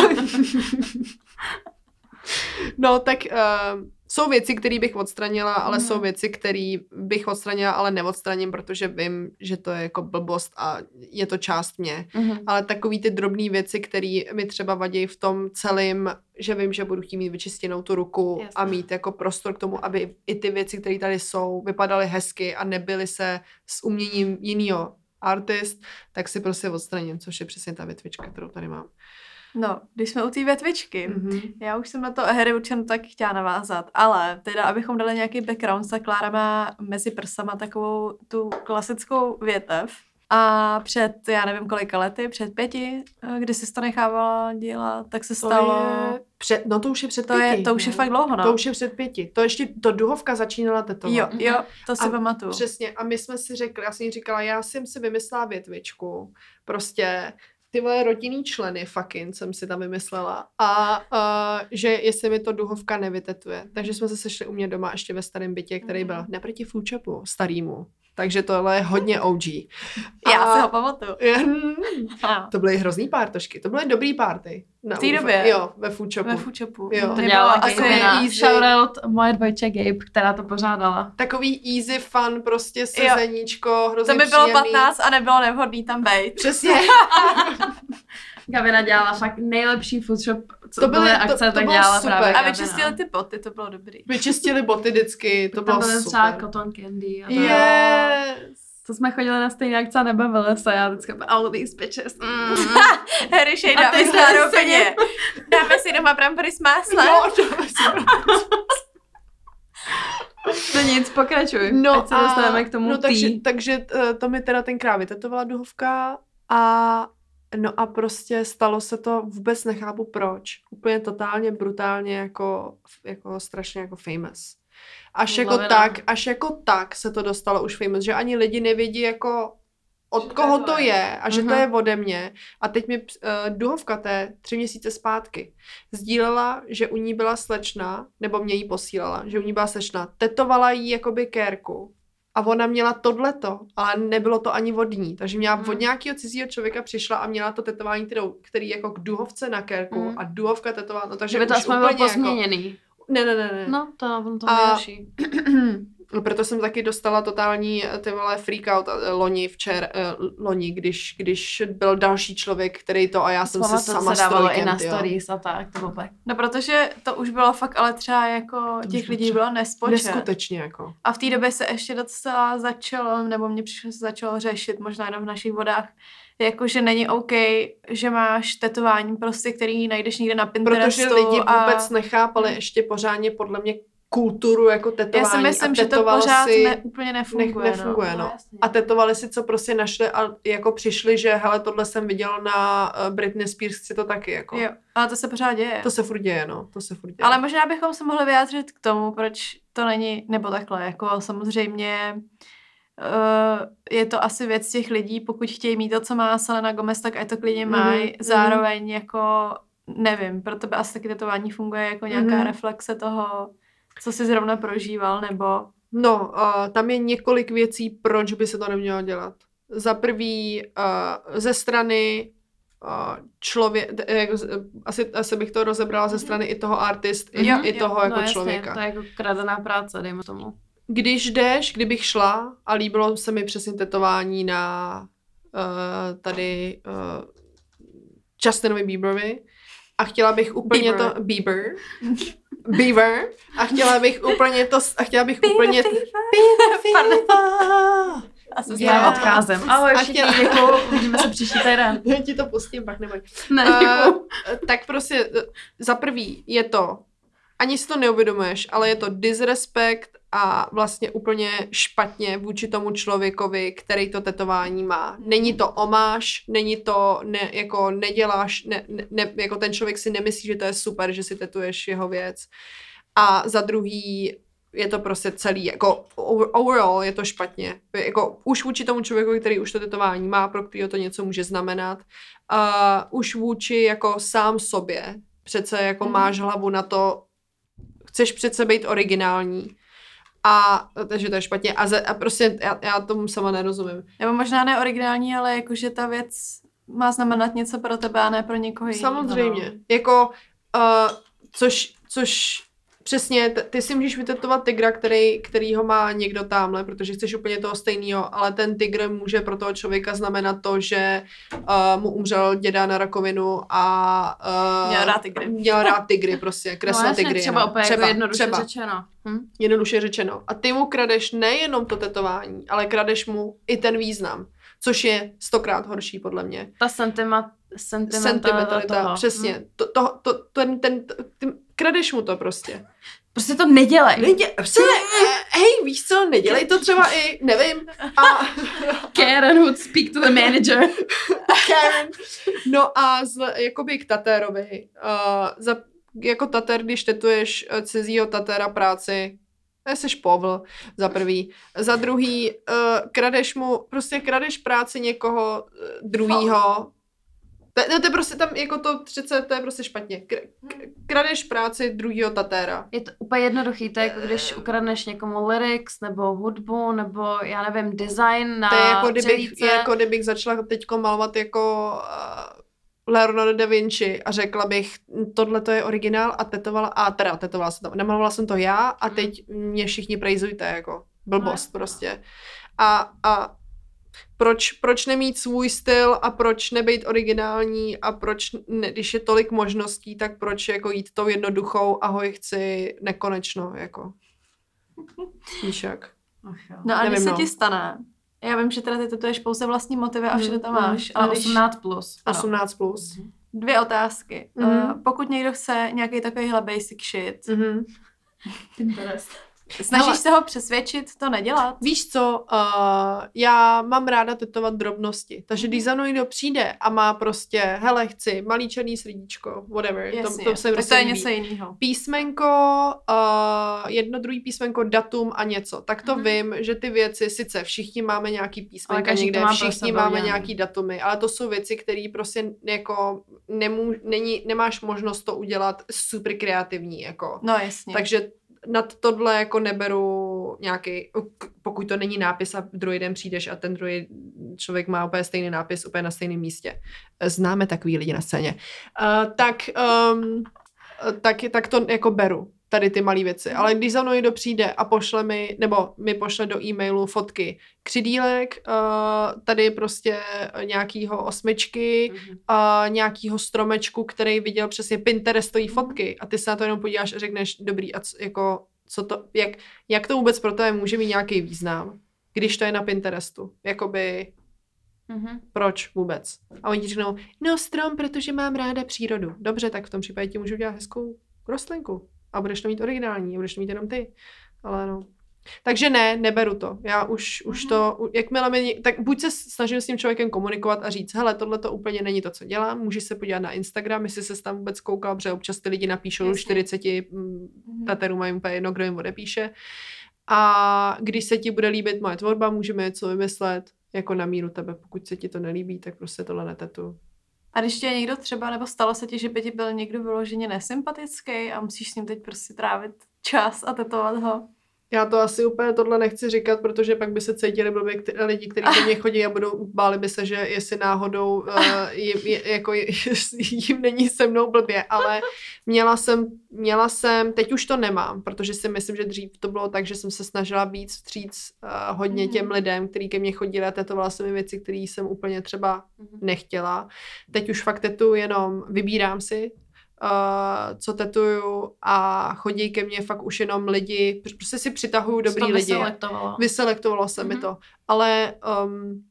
No, tak uh, jsou věci, které bych odstranila, ale mm. jsou věci, které bych odstranila, ale neodstraním, protože vím, že to je jako blbost a je to část mě. Mm. Ale takový ty drobné věci, které mi třeba vadí v tom celém, že vím, že budu chtít mít vyčistěnou tu ruku Jasne. a mít jako prostor k tomu, aby i ty věci, které tady jsou, vypadaly hezky a nebyly se s uměním jinýho artist, tak si prostě odstraním, což je přesně ta větvička, kterou tady mám. No, když jsme u té větvičky, mm-hmm. já už jsem na to Harry určitě tak chtěla navázat, ale teda, abychom dali nějaký background, tak Klára má mezi prsama takovou tu klasickou větev a před, já nevím kolika lety, před pěti, kdy jsi to nechávala dělat, tak se to stalo... Je před, no to už je před to pěti. Je, to už je fakt dlouho, no. To už je před pěti. To ještě, to duhovka začínala tetovat. Jo, jo, to si pamatuju. Přesně, a my jsme si řekli, já jsem jí říkala, já jsem si vymyslela větvičku, prostě ty moje rodinný členy fucking jsem si tam vymyslela a uh, že jestli mi to duhovka nevytetuje. Takže jsme se sešli u mě doma ještě ve starém bytě, který byl naproti foodchopu, starýmu. Takže tohle je hodně O G. Já a, si ho pamatuju. To byly hrozný pártošky, to byly dobrý párty. V té době? Jo, ve foodchopu. Ve foodchopu. Jo. To dělala asi easy. Shoutout moje dvojče Gabe, která to pořádala. Takový easy fun, prostě sezeníčko, hrozně to by bylo příjemný. patnáct a nebylo nevhodný tam bejt. Přesně. Gabina dělala fakt nejlepší foodshop, co to byly, byly akce, to, to tak dělala super. právě A Gabina. vyčistili ty boty, to bylo dobrý. Vyčistili boty vždycky, to bylo tam byly super. třeba cotton candy. A to, yes. To jsme chodili na stejné akce a nebavili se, já vždycky all these bitches. Mm. Harry Shade, dáme si nároveně. Dáme si doma brambory s máslem. No, dáme si To nic, pokračuj. No Ať se dostaneme k tomu no, takže, tý. takže to mi teda tenkrát vytetovala duhovka a no a prostě stalo se to, vůbec nechápu proč. Úplně totálně, brutálně jako, jako strašně jako famous. Až jako Lavina. tak, až jako tak se to dostalo už famous, že ani lidi nevědí jako od koho to je a že Mhm. to je ode mě. A teď mi uh, duhovka té tři měsíce zpátky sdílela, že u ní byla slečna, nebo mě jí posílala, že u ní byla slečna, tetovala jí jakoby kérku. A ona měla tohleto, ale nebylo to ani od ní. Takže měla Mm. od nějakého cizího člověka přišla a měla to tetování, kterou, který jako k duhovce na kérku Mm. a duhovka tetovala. No, takže Že by to už aspoň bylo úplně pozměněný. Jako... Ne, ne, ne, ne. No, to on to A- nejhorší. No, proto jsem taky dostala totální ty vole freak out eh, loni včer, eh, loni, když, když byl další člověk, který to a já jsem Tohle si to sama se dávalo strojkem, i na tyjo. stories a tak, to bylo tak. No protože to už bylo fakt, ale třeba jako To těch už lidí bylo bylo nespočet. Neskutečně jako. A v té době se ještě docela začalo, nebo mě přišlo, se začalo řešit, možná jenom v našich vodách, jako že není OK, že máš tetování prostě, který najdeš někde na Pinterestu. Protože lidi vůbec a... nechápali ještě pořádně podle mě kulturu jako tetování. Já si myslím, a že to tetovali pořád si... ne, úplně nefunguje. nech- nefunguje, no. no. jasně. A tetovali si, co prostě našli a jako přišli, že hele, tohle jsem viděl na uh, Britney Spears, si to taky jako. Jo, ale to se pořád děje. To se furt děje, no. To se furt děje. Ale možná bychom se mohli vyjádřit k tomu, proč to není, nebo takhle, jako samozřejmě uh, je to asi věc těch lidí, pokud chtějí mít to, co má Selena Gomez, tak ať to klidně mají, Mhm, zároveň jako, nevím, pro tebe asi taky tetování funguje jako nějaká Mhm. reflexe toho, co jsi zrovna prožíval, nebo... No, uh, tam je několik věcí, proč by se to nemělo dělat. Za prvý, uh, ze strany uh, člověk, jako, z- asi, asi bych to rozebrala ze strany i toho artist, i, Jo, i jo, toho jako no, jasně, člověka. to je jako kradená práce, dejme tomu. Když jdeš, kdybych šla a líbilo se mi přesně tetování na uh, tady uh, Justinovi Bieberovi a chtěla bych úplně Bieber. to... Bieber. Bieber. A chtěla bych úplně to... A chtěla bych úplně... A se Já stává. odcházem. Ahoj, A všichni, chtěla- děkuju, uvidíme se příští týden. Já ti to pustím, pak neboj. Ne, Uh, děkuju. tak prostě uh, za prvý je to, ani si to neuvědomuješ, ale je to disrespekt a vlastně úplně špatně vůči tomu člověkovi, který to tetování má. Není to omáš, není to, ne, jako neděláš, ne, ne, ne, jako ten člověk si nemyslí, že to je super, že si tetuješ jeho věc. A za druhý je to prostě celý, jako overall je to špatně. Jako už vůči tomu člověku, který už to tetování má, pro kterého to něco může znamenat. Uh, už vůči jako sám sobě. Přece jako Mhm. máš hlavu na to, chceš přece být originální. A takže to je špatně. A, za, a prostě já, já tomu sama nerozumím. Nebo možná ne originální, ale jakože ta věc má znamenat něco pro tebe a ne pro někoho jiného. Samozřejmě. Jako, uh, což, což přesně, t- ty si můžeš vytetovat tygra, který, který ho má někdo tamhle, protože chceš úplně toho stejného, ale ten tygr může pro toho člověka znamenat to, že uh, mu umřel děda na rakovinu a uh, Měl rád tygry. Měl rád tygry, prostě, kreslil no, jasně, tygry. třeba no. úplně třeba, jako jednoduše třeba. řečeno. Hm? Jednoduše řečeno. A ty mu kradeš nejenom to tetování, ale kradeš mu i ten význam, což je stokrát horší podle mě. Ta sentima, sentimentalita Sentimentalita, toho. přesně. Hm. To, to, to, ten, ten, ty, kradeš mu to prostě. Prostě to nedělej. Nedě, prostě, eh, hej, víš co, nedělej to třeba i, nevím, a Karen would speak to the manager. Karen. No a z, jakoby k Tatérovi. Uh, za, jako Tatér, když tetuješ uh, cizího Tatéra práci, jsi povl, za prvý. Za druhý, uh, kradeš mu, prostě kradeš práci někoho uh, druhýho. To, no to je prostě tam, jako to přece, to je prostě špatně. K, k, kradeš práci druhýho Tatéra. Je to úplně jednoduchý, to je jako když ukradneš někomu lyrics, nebo hudbu, nebo já nevím, design na To je jako kdybych, přehlídce. je jako kdybych začala teďko malovat jako uh, Leonardo da Vinci a řekla bych, tohle to je originál a tetovala, a teda tetovala jsem to, nemalovala jsem to já a teď mě všichni prejzujte, jako blbost No, prostě. A, a proč, proč nemít svůj styl a proč nebejt originální a proč, ne, když je tolik možností, tak proč jako jít tou jednoduchou ahoj chci nekonečno, jako. Víš jak? Ach jo. No a Nevím, když se no. ti stane, já vím, že teda ty tetuješ pouze vlastní motivy a všude to Mhm, máš, Ale ale když osmnáct plus. Ano. osmnáct plus. dvě otázky. Mhm. Uh, pokud někdo chce nějaký takovýhle basic shit, Mhm. Pinterest. Snažíš Hele. se ho přesvědčit to nedělat? Víš co, uh, já mám ráda tetovat drobnosti, takže když za mnou někdo přijde a má prostě, hele, chci malý černý srdíčko, whatever, Jasně, to, to se tak prostě to je líbí. něco jiného. Písmenko, uh, jedno druhý písmenko, datum a něco. Tak to Mhm. vím, že ty věci, sice všichni máme nějaký písmenka každý to někde, má pro všichni sebe máme udělaný. nějaký datumy, ale to jsou věci, které prostě jako nemů, není, nemáš možnost to udělat super kreativní, jako. No jasně. Takže nad tohle jako neberu nějaký, pokud to není nápis a druhý den přijdeš a ten druhý člověk má úplně stejný nápis úplně na stejném místě. Známe takový lidi na scéně. Uh, tak, um, tak, tak to jako beru, tady ty malé věci. Ale když za mnou někdo přijde a pošle mi, nebo mi pošle do e-mailu fotky křidílek, uh, tady prostě nějakýho osmičky, Mhm. a nějakýho stromečku, který viděl přesně Pinterestový fotky a ty se na to jenom podíváš a řekneš, dobrý, a co, jako, co to, jak, jak to vůbec pro tebe může mít nějaký význam, když to je na Pinterestu, jakoby, Mhm. proč vůbec? A oni ti řeknou, no strom, protože mám ráda přírodu. Dobře, tak v tom případě ti můžu dělat hezkou rostlinku a budeš to mít originální, a budeš to mít jenom ty, ale no. Takže ne, neberu to. Já už, už to, u- jakmile mi, tak buď se snažím s tím člověkem komunikovat a říct, hele, tohle to úplně není to, co dělám, můžeš se podívat na Instagram, jestli se tam vůbec koukal, protože občas ty lidi napíšou Jasně. čtyřicet mm, Mhm. taterů mají úplně jedno, kdo jim odepíše. A když se ti bude líbit moje tvorba, můžeme něco vymyslet jako na míru tebe. Pokud se ti to nelíbí, tak prostě tohle netetu. A když tě je někdo třeba, nebo stalo se ti, že by ti byl někdo vyloženě nesympatický a musíš s ním teď prostě trávit čas a tetovat ho? Já to asi úplně tohle nechci říkat, protože pak by se cítili blbě kte- lidi, kteří do mě chodí a budou, báli by se, že jestli náhodou uh, jim, je, jako je, jim není se mnou blbě, ale měla jsem, měla jsem, teď už to nemám, protože si myslím, že dřív to bylo tak, že jsem se snažila být vstříc uh, hodně těm lidem, kteří ke mně chodili a tetovala jsem mi věci, které jsem úplně třeba nechtěla. Teď už fakt tetuju jenom, vybírám si, Uh, co tetuju a chodí ke mně fakt už jenom lidi, prostě si přitahuju dobrý to lidi. vyselektovalo. Vyselektovalo se mm-hmm. mi to. Ale um,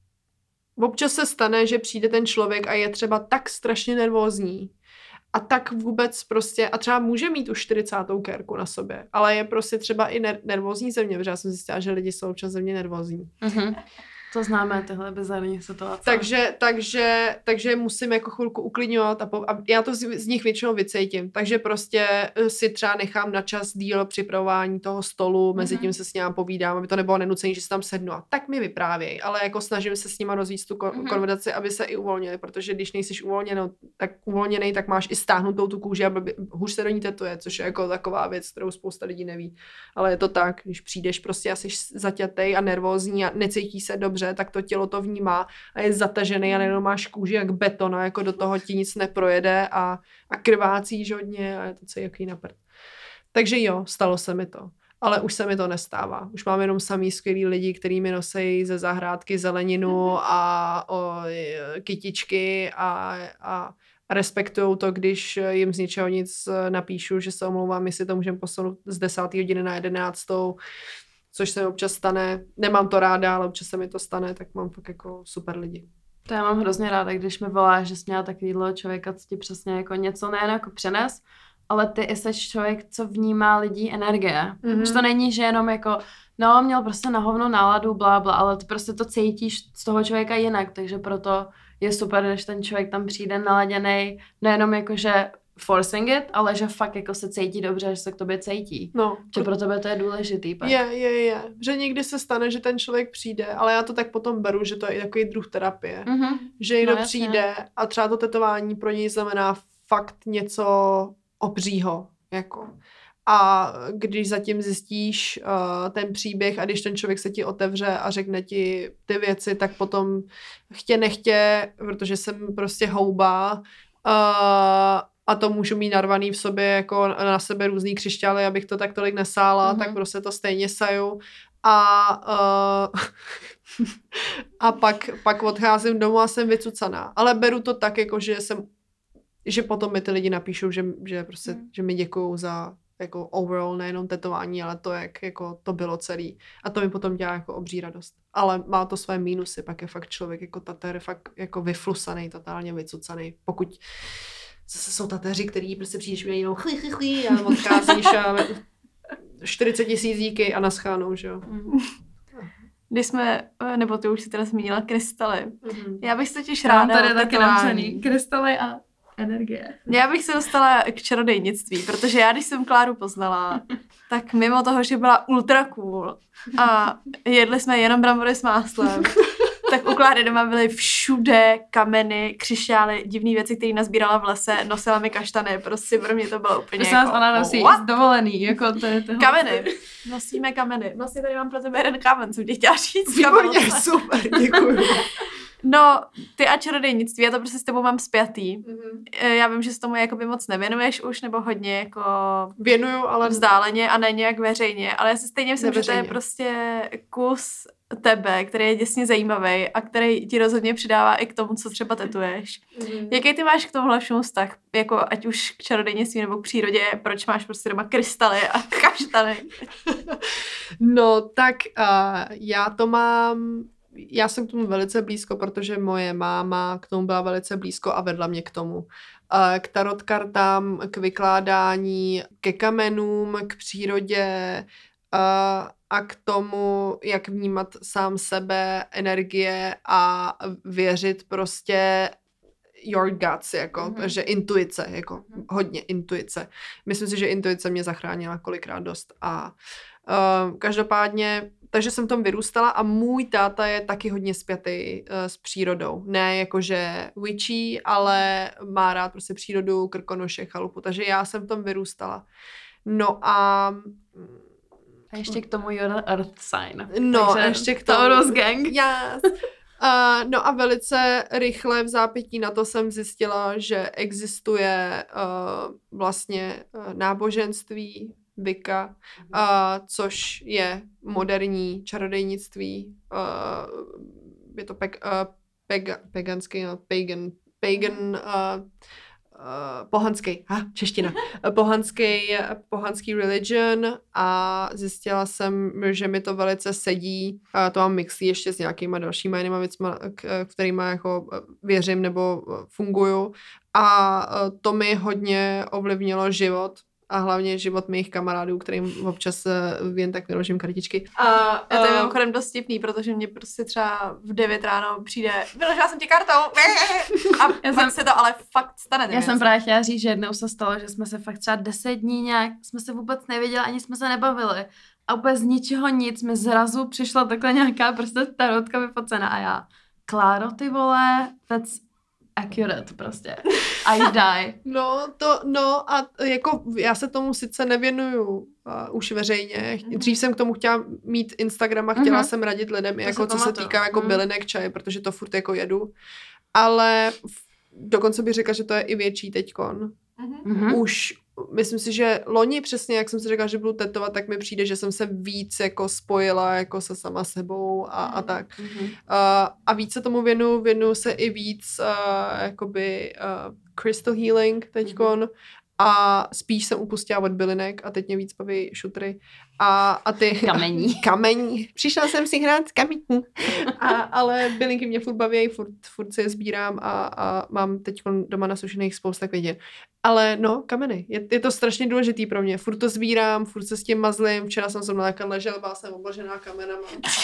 občas se stane, že přijde ten člověk a je třeba tak strašně nervózní a tak vůbec prostě, a třeba může mít už čtyřicátou kérku na sobě, ale je prostě třeba i ner- nervózní ze mě, protože já jsem zjistila, že lidi jsou občas ze mě nervózní. Mhm. To známe, tyhle bizarní situace. Takže, takže, takže musím jako chvilku uklidňovat a, po, a já to z, z nich většinou vycejtím. Takže prostě si třeba nechám na čas díl připravování toho stolu, mm-hmm. mezi tím se s ním povídám, aby to nebylo nenucené, že si tam sednu a tak mi vyprávěj, ale jako snažím se s nima rozvíjet tu ko- mm-hmm. konverzaci, aby se i uvolnili, protože když nejsiš uvolněnou, tak uvolněnej, tak máš i stáhnutou tu kůži a blbě, hůř se do ní tetuje, což je jako taková věc, kterou spousta lidí neví. Ale je to tak, když přijdeš prostě a jsi zaťatej a nervózní a necítíš se dobře, tak to tělo to vnímá a je zatažený a nejenom máš kůži jak beton a jako do toho ti nic neprojede a, a krvácíš hodně a je to celý jaký na prd. Takže jo, stalo se mi to. Ale už se mi to nestává. Už mám jenom samý skvělý lidi, který mi nosejí ze zahrádky zeleninu a o, kytičky a, a, a respektují to, když jim z ničeho nic napíšu, že se omlouvám, jestli to můžeme posunout z desáté hodiny na jedenáctou, což se mi občas stane. Nemám to ráda, ale občas se mi to stane, tak mám fakt jako super lidi. To já mám hrozně ráda, když mi voláš, že jsi měla takovýhle člověka, co ti přesně jako něco nejen jako přenes, ale ty i seš člověk, co vnímá lidí energie. Mm-hmm. Že to není, že jenom jako, no, měl prostě na hovno náladu, blá, blá, ale ty prostě to cítíš z toho člověka jinak, takže proto je super, když ten člověk tam přijde naladěnej, nejenom jako, že forcing it, ale že fakt jako se cítí dobře, že se k tobě cítí. No. Že pro tebe to je důležitý pak. Je, je, je. Že někdy se stane, že ten člověk přijde, ale já to tak potom beru, že to je i takový druh terapie. Mm-hmm. Že někdo No, jasně. přijde a třeba to tetování pro něj znamená fakt něco obřího. Jako. A když zatím zjistíš uh, ten příběh a když ten člověk se ti otevře a řekne ti ty věci, tak potom chtě nechtě, protože jsem prostě houba, uh, a to můžu mít narvaný v sobě jako na sebe různý křišťály, abych to tak tolik nesála, mm-hmm. tak prostě to stejně saju. A, uh, a pak, pak odcházím domů a jsem vycucaná. Ale beru to tak, jako že jsem, že potom mi ty lidi napíšou, že, že, prostě, mm. že mi děkuju za jako overall, nejenom tetování, ale to, jak jako to bylo celý. A to mi potom dělá jako obří radost. Ale má to své mínusy, pak je fakt člověk jako tater, fakt jako vyflusaný, totálně vycucaný. Pokud zase jsou tateři, který prostě přijdeš a jenom chli, chli, chli a odcházíš a čtyřicet tisíc díky a naschánou, že jo. Mm. Když jsme, nebo ty už si teda zmínila krystaly. Mm-hmm. Já bych se totiž Já mám ráda tady o taky tetování. napsaný krystaly a energie. Já bych se dostala k čarodejnictví, protože já, když jsem Kláru poznala, tak mimo toho, že byla ultra cool a jedli jsme jenom brambory s máslem, tak u Kláry doma byly všude kameny, křišťály, divné věci, které nazbírala v lese, nosila mi kaštany, prostě pro mě to bylo úplně Prosím jako, vás, ona nosí what? z dovolený, jako to je toho. Kameny. Nosíme kameny. Vlastně tady mám pro tebe jeden kámen, co tě chtěla říct. Výborně, Kamenoce. super, děkuju. No, ty a čarodejnictví, já to prostě s tebou mám spjatý. Mm-hmm. E, Já vím, že se tomu jakoby moc nevěnuješ už, nebo hodně jako Věnuju, ale vzdáleně a ne nějak veřejně, ale já si stejně myslím, že to je Neveřejně. prostě kus tebe, který je děsně zajímavý a který ti rozhodně přidává i k tomu, co třeba tetuješ. Mm-hmm. Jaký ty máš k tomu všemu vztah? Jako ať už k čarodejnictví nebo k přírodě, proč máš prostě doma krystaly a kaštany? No, tak uh, já to mám, já jsem k tomu velice blízko, protože moje máma k tomu byla velice blízko a vedla mě k tomu. Uh, k tarot kartám, k vykládání, ke kamenům, k přírodě uh, a k tomu, jak vnímat sám sebe, energie a věřit prostě your guts, jako, Mhm. mm-hmm. že intuice, jako hodně intuice. Myslím si, že intuice mě zachránila kolikrát dost a uh, každopádně, takže jsem v tom vyrůstala a můj táta je taky hodně spjatý uh, s přírodou. Ne jakože witchy, ale má rád prostě přírodu, Krkonoše, chalupu, takže já jsem v tom vyrůstala. No a A ještě k tomu your earth sign. no, Takže ještě k tomu. Taurus gang. Yes. Uh, no a velice rychle v zápětí na to jsem zjistila, že existuje uh, vlastně uh, náboženství Wicca, uh, což je moderní čarodejnictví. Uh, je to peg, uh, pega, peganský, no, pagan, pagan uh, Uh, pohanský, ha, čeština, pohanský, pohanský religion a zjistila jsem, že mi to velice sedí. Uh, to mám mixy ještě s nějakýma dalšíma jinýma věcma, k, kterýma jako věřím nebo funguju. A uh, to mi hodně ovlivnilo život. A hlavně život mých kamarádů, kterým občas uh, jen tak vyložím kartičky. A, A to je uh, mimochodem dost vtipný, protože mě prostě třeba v devět ráno přijde, vyložila jsem ti kartou a Já pak jsem- se to ale fakt stane. Já nevím, jsem co. právě chtěla říct, že jednou se stalo, že jsme se fakt třeba deset dní nějak, jsme se vůbec nevěděli, ani jsme se nebavili. A úplně z ničeho nic mi zrazu přišla takhle nějaká prostě tarotka vyfocená a já, Kláro, ty vole, that's accurate prostě. I die. No, to, no a jako já se tomu sice nevěnuju uh, už veřejně. Dřív jsem k tomu chtěla mít Instagram a chtěla Mhm. jsem radit lidem, To jako si co se pamatuju. týká jako Mhm. bylinek čaje, protože to furt jako jedu. Ale v- dokonce bych řekla, že to je i větší teďkon. Mhm. Mhm. Už myslím si, že loni přesně, jak jsem si řekla, že budu tetovat, tak mi přijde, že jsem se víc jako spojila jako se sama sebou a, a Mhm. tak. Mhm. Uh, a víc se tomu věnu, věnu se i víc uh, jakoby uh, crystal healing teďkon mm-hmm. a spíš jsem upustila od bylinek a teď mě víc baví šutry a, a ty Kamení. kamení. Přišla jsem si hrát s kamení. A, ale bylinky mě furt baví, furt, furt si je sbírám a, a mám teď doma nasušených spousta květin. Ale no, kameny. Je, je to strašně důležitý pro mě. Furt to sbírám, furt se s tím mazlím. Včera jsem zrovna takhle ležela, byla jsem obložená kamenama.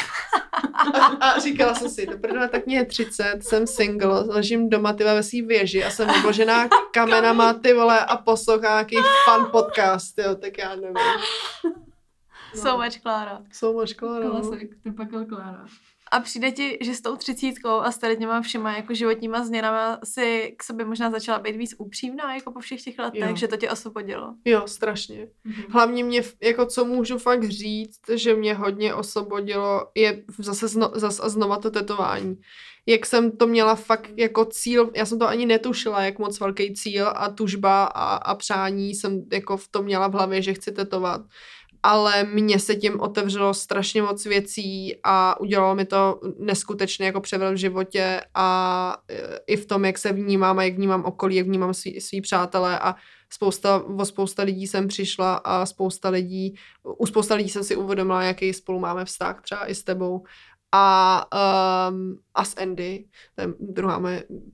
A, a říkala jsem si, do prdele, tak mě je třicet, jsem single, ležím doma ty ve svý věži a jsem obložená kamenama, ty vole, a poslouchám nějaký fun podcast, jo, tak já nevím. So much, Klára. So much, Klára. no. Klasik, ty pak Klára. A přijde ti, že s tou třicítkou a s tady těma všema jako životníma změnama si k sobě možná začala být víc upřímná jako po všech těch letech, Jo. že to tě osvobodilo. Jo, strašně. Hlavně mě, f- jako co můžu fakt říct, že mě hodně osvobodilo, je zase zno, zas a znova to tetování. Jak jsem to měla fakt jako cíl, já jsem to ani netušila, jak moc velký cíl a tužba a, a přání jsem jako v tom měla v hlavě, že chci tetovat. Ale mně se tím otevřelo strašně moc věcí a udělalo mi to neskutečně jako převrat v životě a e, i v tom, jak se vnímám a jak vnímám okolí, jak vnímám svý, svý přátelé a spousta, o spousta lidí jsem přišla a spousta lidí, u spousta lidí jsem si uvědomila, jaký spolu máme vztah, třeba i s tebou a, um, a s Andy, to je druhá moje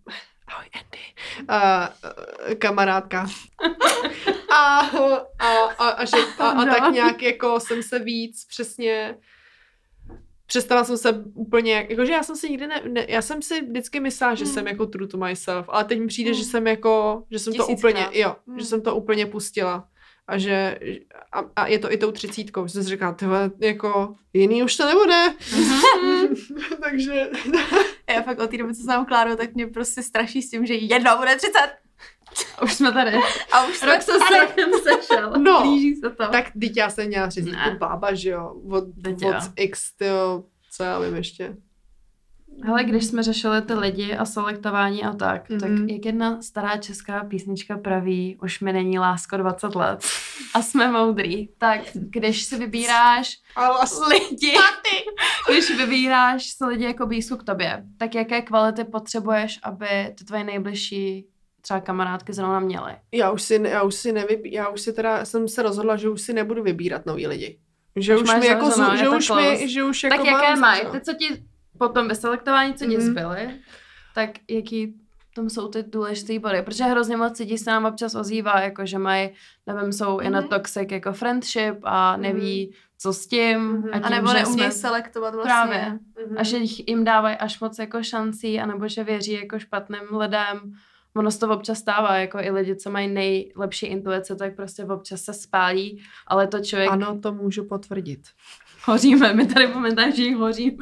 ahoj Andy, uh, kamarádka. a, a, a, a, že, a, a tak nějak jako jsem se víc přesně přestala jsem se úplně, jakože já jsem si nikdy ne, ne já jsem si vždycky myslela, že hmm. jsem jako true to myself, ale teď mi přijde, hmm. že jsem jako, že jsem Tisíckrát. to úplně, jo, hmm. že jsem to úplně pustila. A že, a, a je to i tou třicítkou, že jsem si říkala, tyhle, jako, jiný už to nebude. Takže. Já fakt od té doby, co znám Kláru, tak mě prostě straší s tím, že jednou bude třicet. A už jsme tady. A už jsme Rok se celkem sešel. No, blíží se to. Tak teď já jsem měla třicítku bába, že jo, od, od X, tyjo, co já vím ještě. Hele, když jsme řešili ty lidi a selektování a tak, mm-hmm. tak jak jedna stará česká písnička praví, už mi není lásko dvacet let a jsme moudrý, tak když si vybíráš lidi, když vybíráš si lidi jako blízko k tobě, tak jaké kvality potřebuješ, aby ty tvoje nejbližší třeba kamarádky zrovna měly? Já už si, já už si nevybí, já už si teda, jsem se rozhodla, že už si nebudu vybírat nový lidi. Že už, už mi jako, zno, že už mi, že už jako tak jaké mají? Ty, co ti potom vyselektování, co ti mm-hmm. zbyly, tak jaký tam jsou ty důležitý body, protože hrozně moc lidí se nám občas ozývá, jako že mají, nevím, jsou mm-hmm. in a toxic jako friendship a neví, mm-hmm. co s tím. Mm-hmm. A, tím, a nebo neumějí jsme... selektovat vlastně. Právě. Mm-hmm. A že jim dávají až moc jako šancí, anebo že věří jako špatným lidem. Ono se to občas stává, jako i lidi, co mají nejlepší intuice, tak prostě občas se spálí, ale to člověk... Ano, to můžu potvrdit. Hoříme, my tady momentálně hoříme.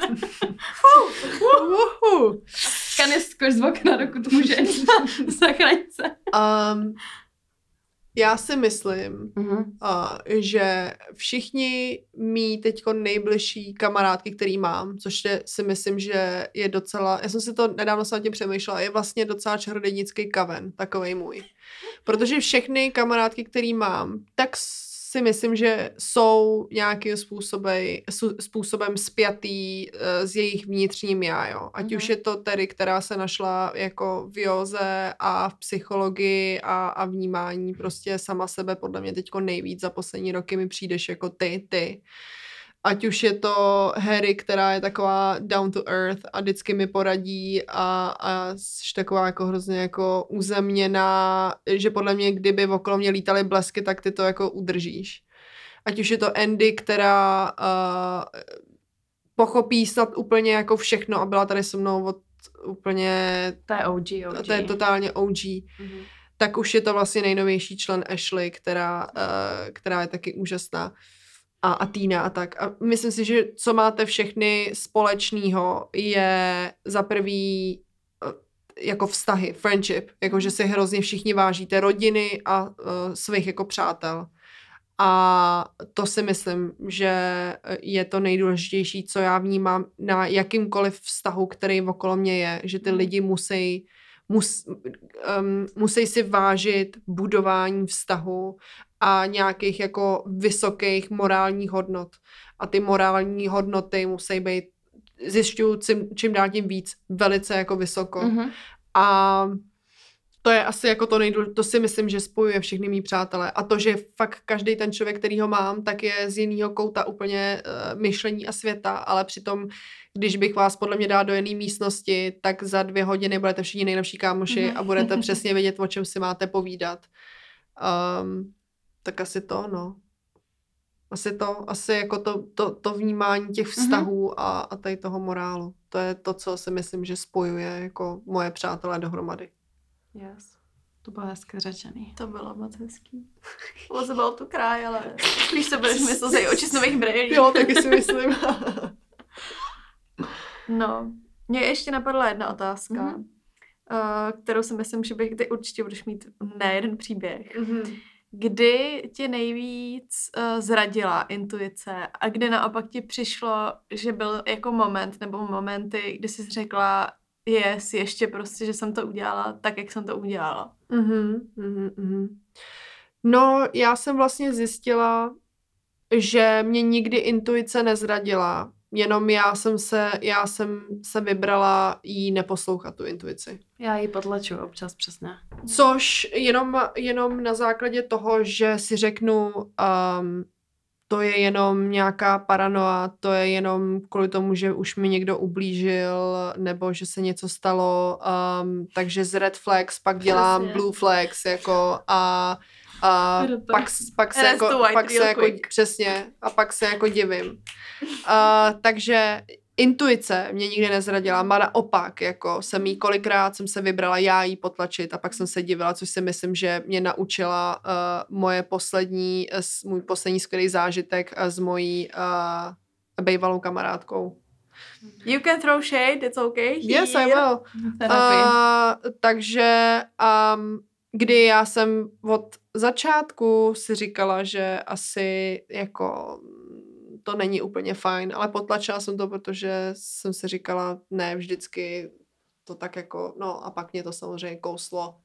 Kany, skoč z okna, dokud můžeš. Zachraň se. Um, já si myslím, uh-huh. uh, že všichni mý teďko nejbližší kamarádky, který mám, což je, si myslím, že je docela, já jsem si to nedávno se nad tím přemýšlela, je vlastně docela čarodějnický kaven, takovej můj. Protože všechny kamarádky, který mám, tak si myslím, že jsou nějakým způsobem, způsobem spjatý uh, s jejich vnitřním já, jo. Ať mm-hmm. už je to Terry, která se našla jako v józe a v psychologii a, a vnímání prostě sama sebe podle mě teďko nejvíc za poslední roky mi přijdeš jako ty, ty. Ať už je to Harry, která je taková down to earth a vždycky mi poradí a, a jsi taková jako hrozně jako uzemněná, že podle mě, kdyby okolo mě lítaly blesky, tak ty to jako udržíš. Ať už je to Andy, která uh, pochopí snad úplně jako všechno a byla tady se mnou od úplně... To je O G, O G. To je totálně O G. Mm-hmm. Tak už je to vlastně nejnovější člen Ashley, která, uh, která je taky úžasná. A, a Týna a tak. A myslím si, že co máte všechny společného je za prvý jako vztahy, friendship, jako že si hrozně všichni vážíte rodiny a uh, svých jako přátel. A to si myslím, že je to nejdůležitější, co já vnímám na jakýmkoliv vztahu, který okolo mě je, že ty lidi musí mus, um, musí si vážit budování vztahu a nějakých jako vysokých morálních hodnot. A ty morální hodnoty musí být, zjišťuju čím, čím dál tím víc, velice jako vysoko. Mm-hmm. A to je asi jako to nejdůležitější, to si myslím, že spojuje všechny mý přátelé. A to, že fakt každý ten člověk, který ho mám, tak je z jiného kouta úplně uh, myšlení a světa, ale přitom, když bych vás podle mě dala do jiné místnosti, tak za dvě hodiny budete všichni nejlepší kámoši mm-hmm. a budete přesně vědět, o čem si máte povídat. Um, tak asi to, no. Asi to, asi jako to, to, to vnímání těch vztahů mm-hmm. a, a tady toho morálu. To je to, co si myslím, že spojuje jako moje přátelé dohromady. Yes. To bylo hezky řečený. To bylo moc hezký. Was about to cry, ale když se budeš myslet za oči z nových brýlí. Jo, taky si myslím. No, mě ještě napadla jedna otázka, mm-hmm. uh, kterou si myslím, že bych ty určitě budeš mít ne jeden příběh. Mm-hmm. Kdy tě nejvíc uh, zradila intuice a kdy naopak ti přišlo, že byl jako moment nebo momenty, kdy jsi řekla, yes, ještě prostě, že jsem to udělala tak, jak jsem to udělala. Mm-hmm, mm-hmm. No, já jsem vlastně zjistila, že mě nikdy intuice nezradila, jenom já jsem se, já jsem se vybrala jí neposlouchat, tu intuici. Já ji potlačuji občas, přesně. Což jenom, jenom na základě toho, že si řeknu, um, to je jenom nějaká paranoia, to je jenom kvůli tomu, že už mi někdo ublížil, nebo že se něco stalo, um, takže z red flags pak dělám Přesně. blue flags, jako a, a pak, pak se Arrest jako, the white pak se real jako, quick. přesně, a pak se jako divím. Uh, takže intuice mě nikdy nezradila, má naopak, jako jsem jí kolikrát, jsem se vybrala já jí potlačit a pak jsem se divila, což si myslím, že mě naučila uh, moje poslední, uh, můj poslední skvělý zážitek uh, s mojí uh, bývalou kamarádkou. You can throw shade, it's okay. Yes, I Here. will. Uh, takže um, kdy já jsem od začátku si říkala, že asi jako to není úplně fajn, ale potlačila jsem to, protože jsem si říkala, ne, vždycky to tak jako, no a pak mě to samozřejmě kouslo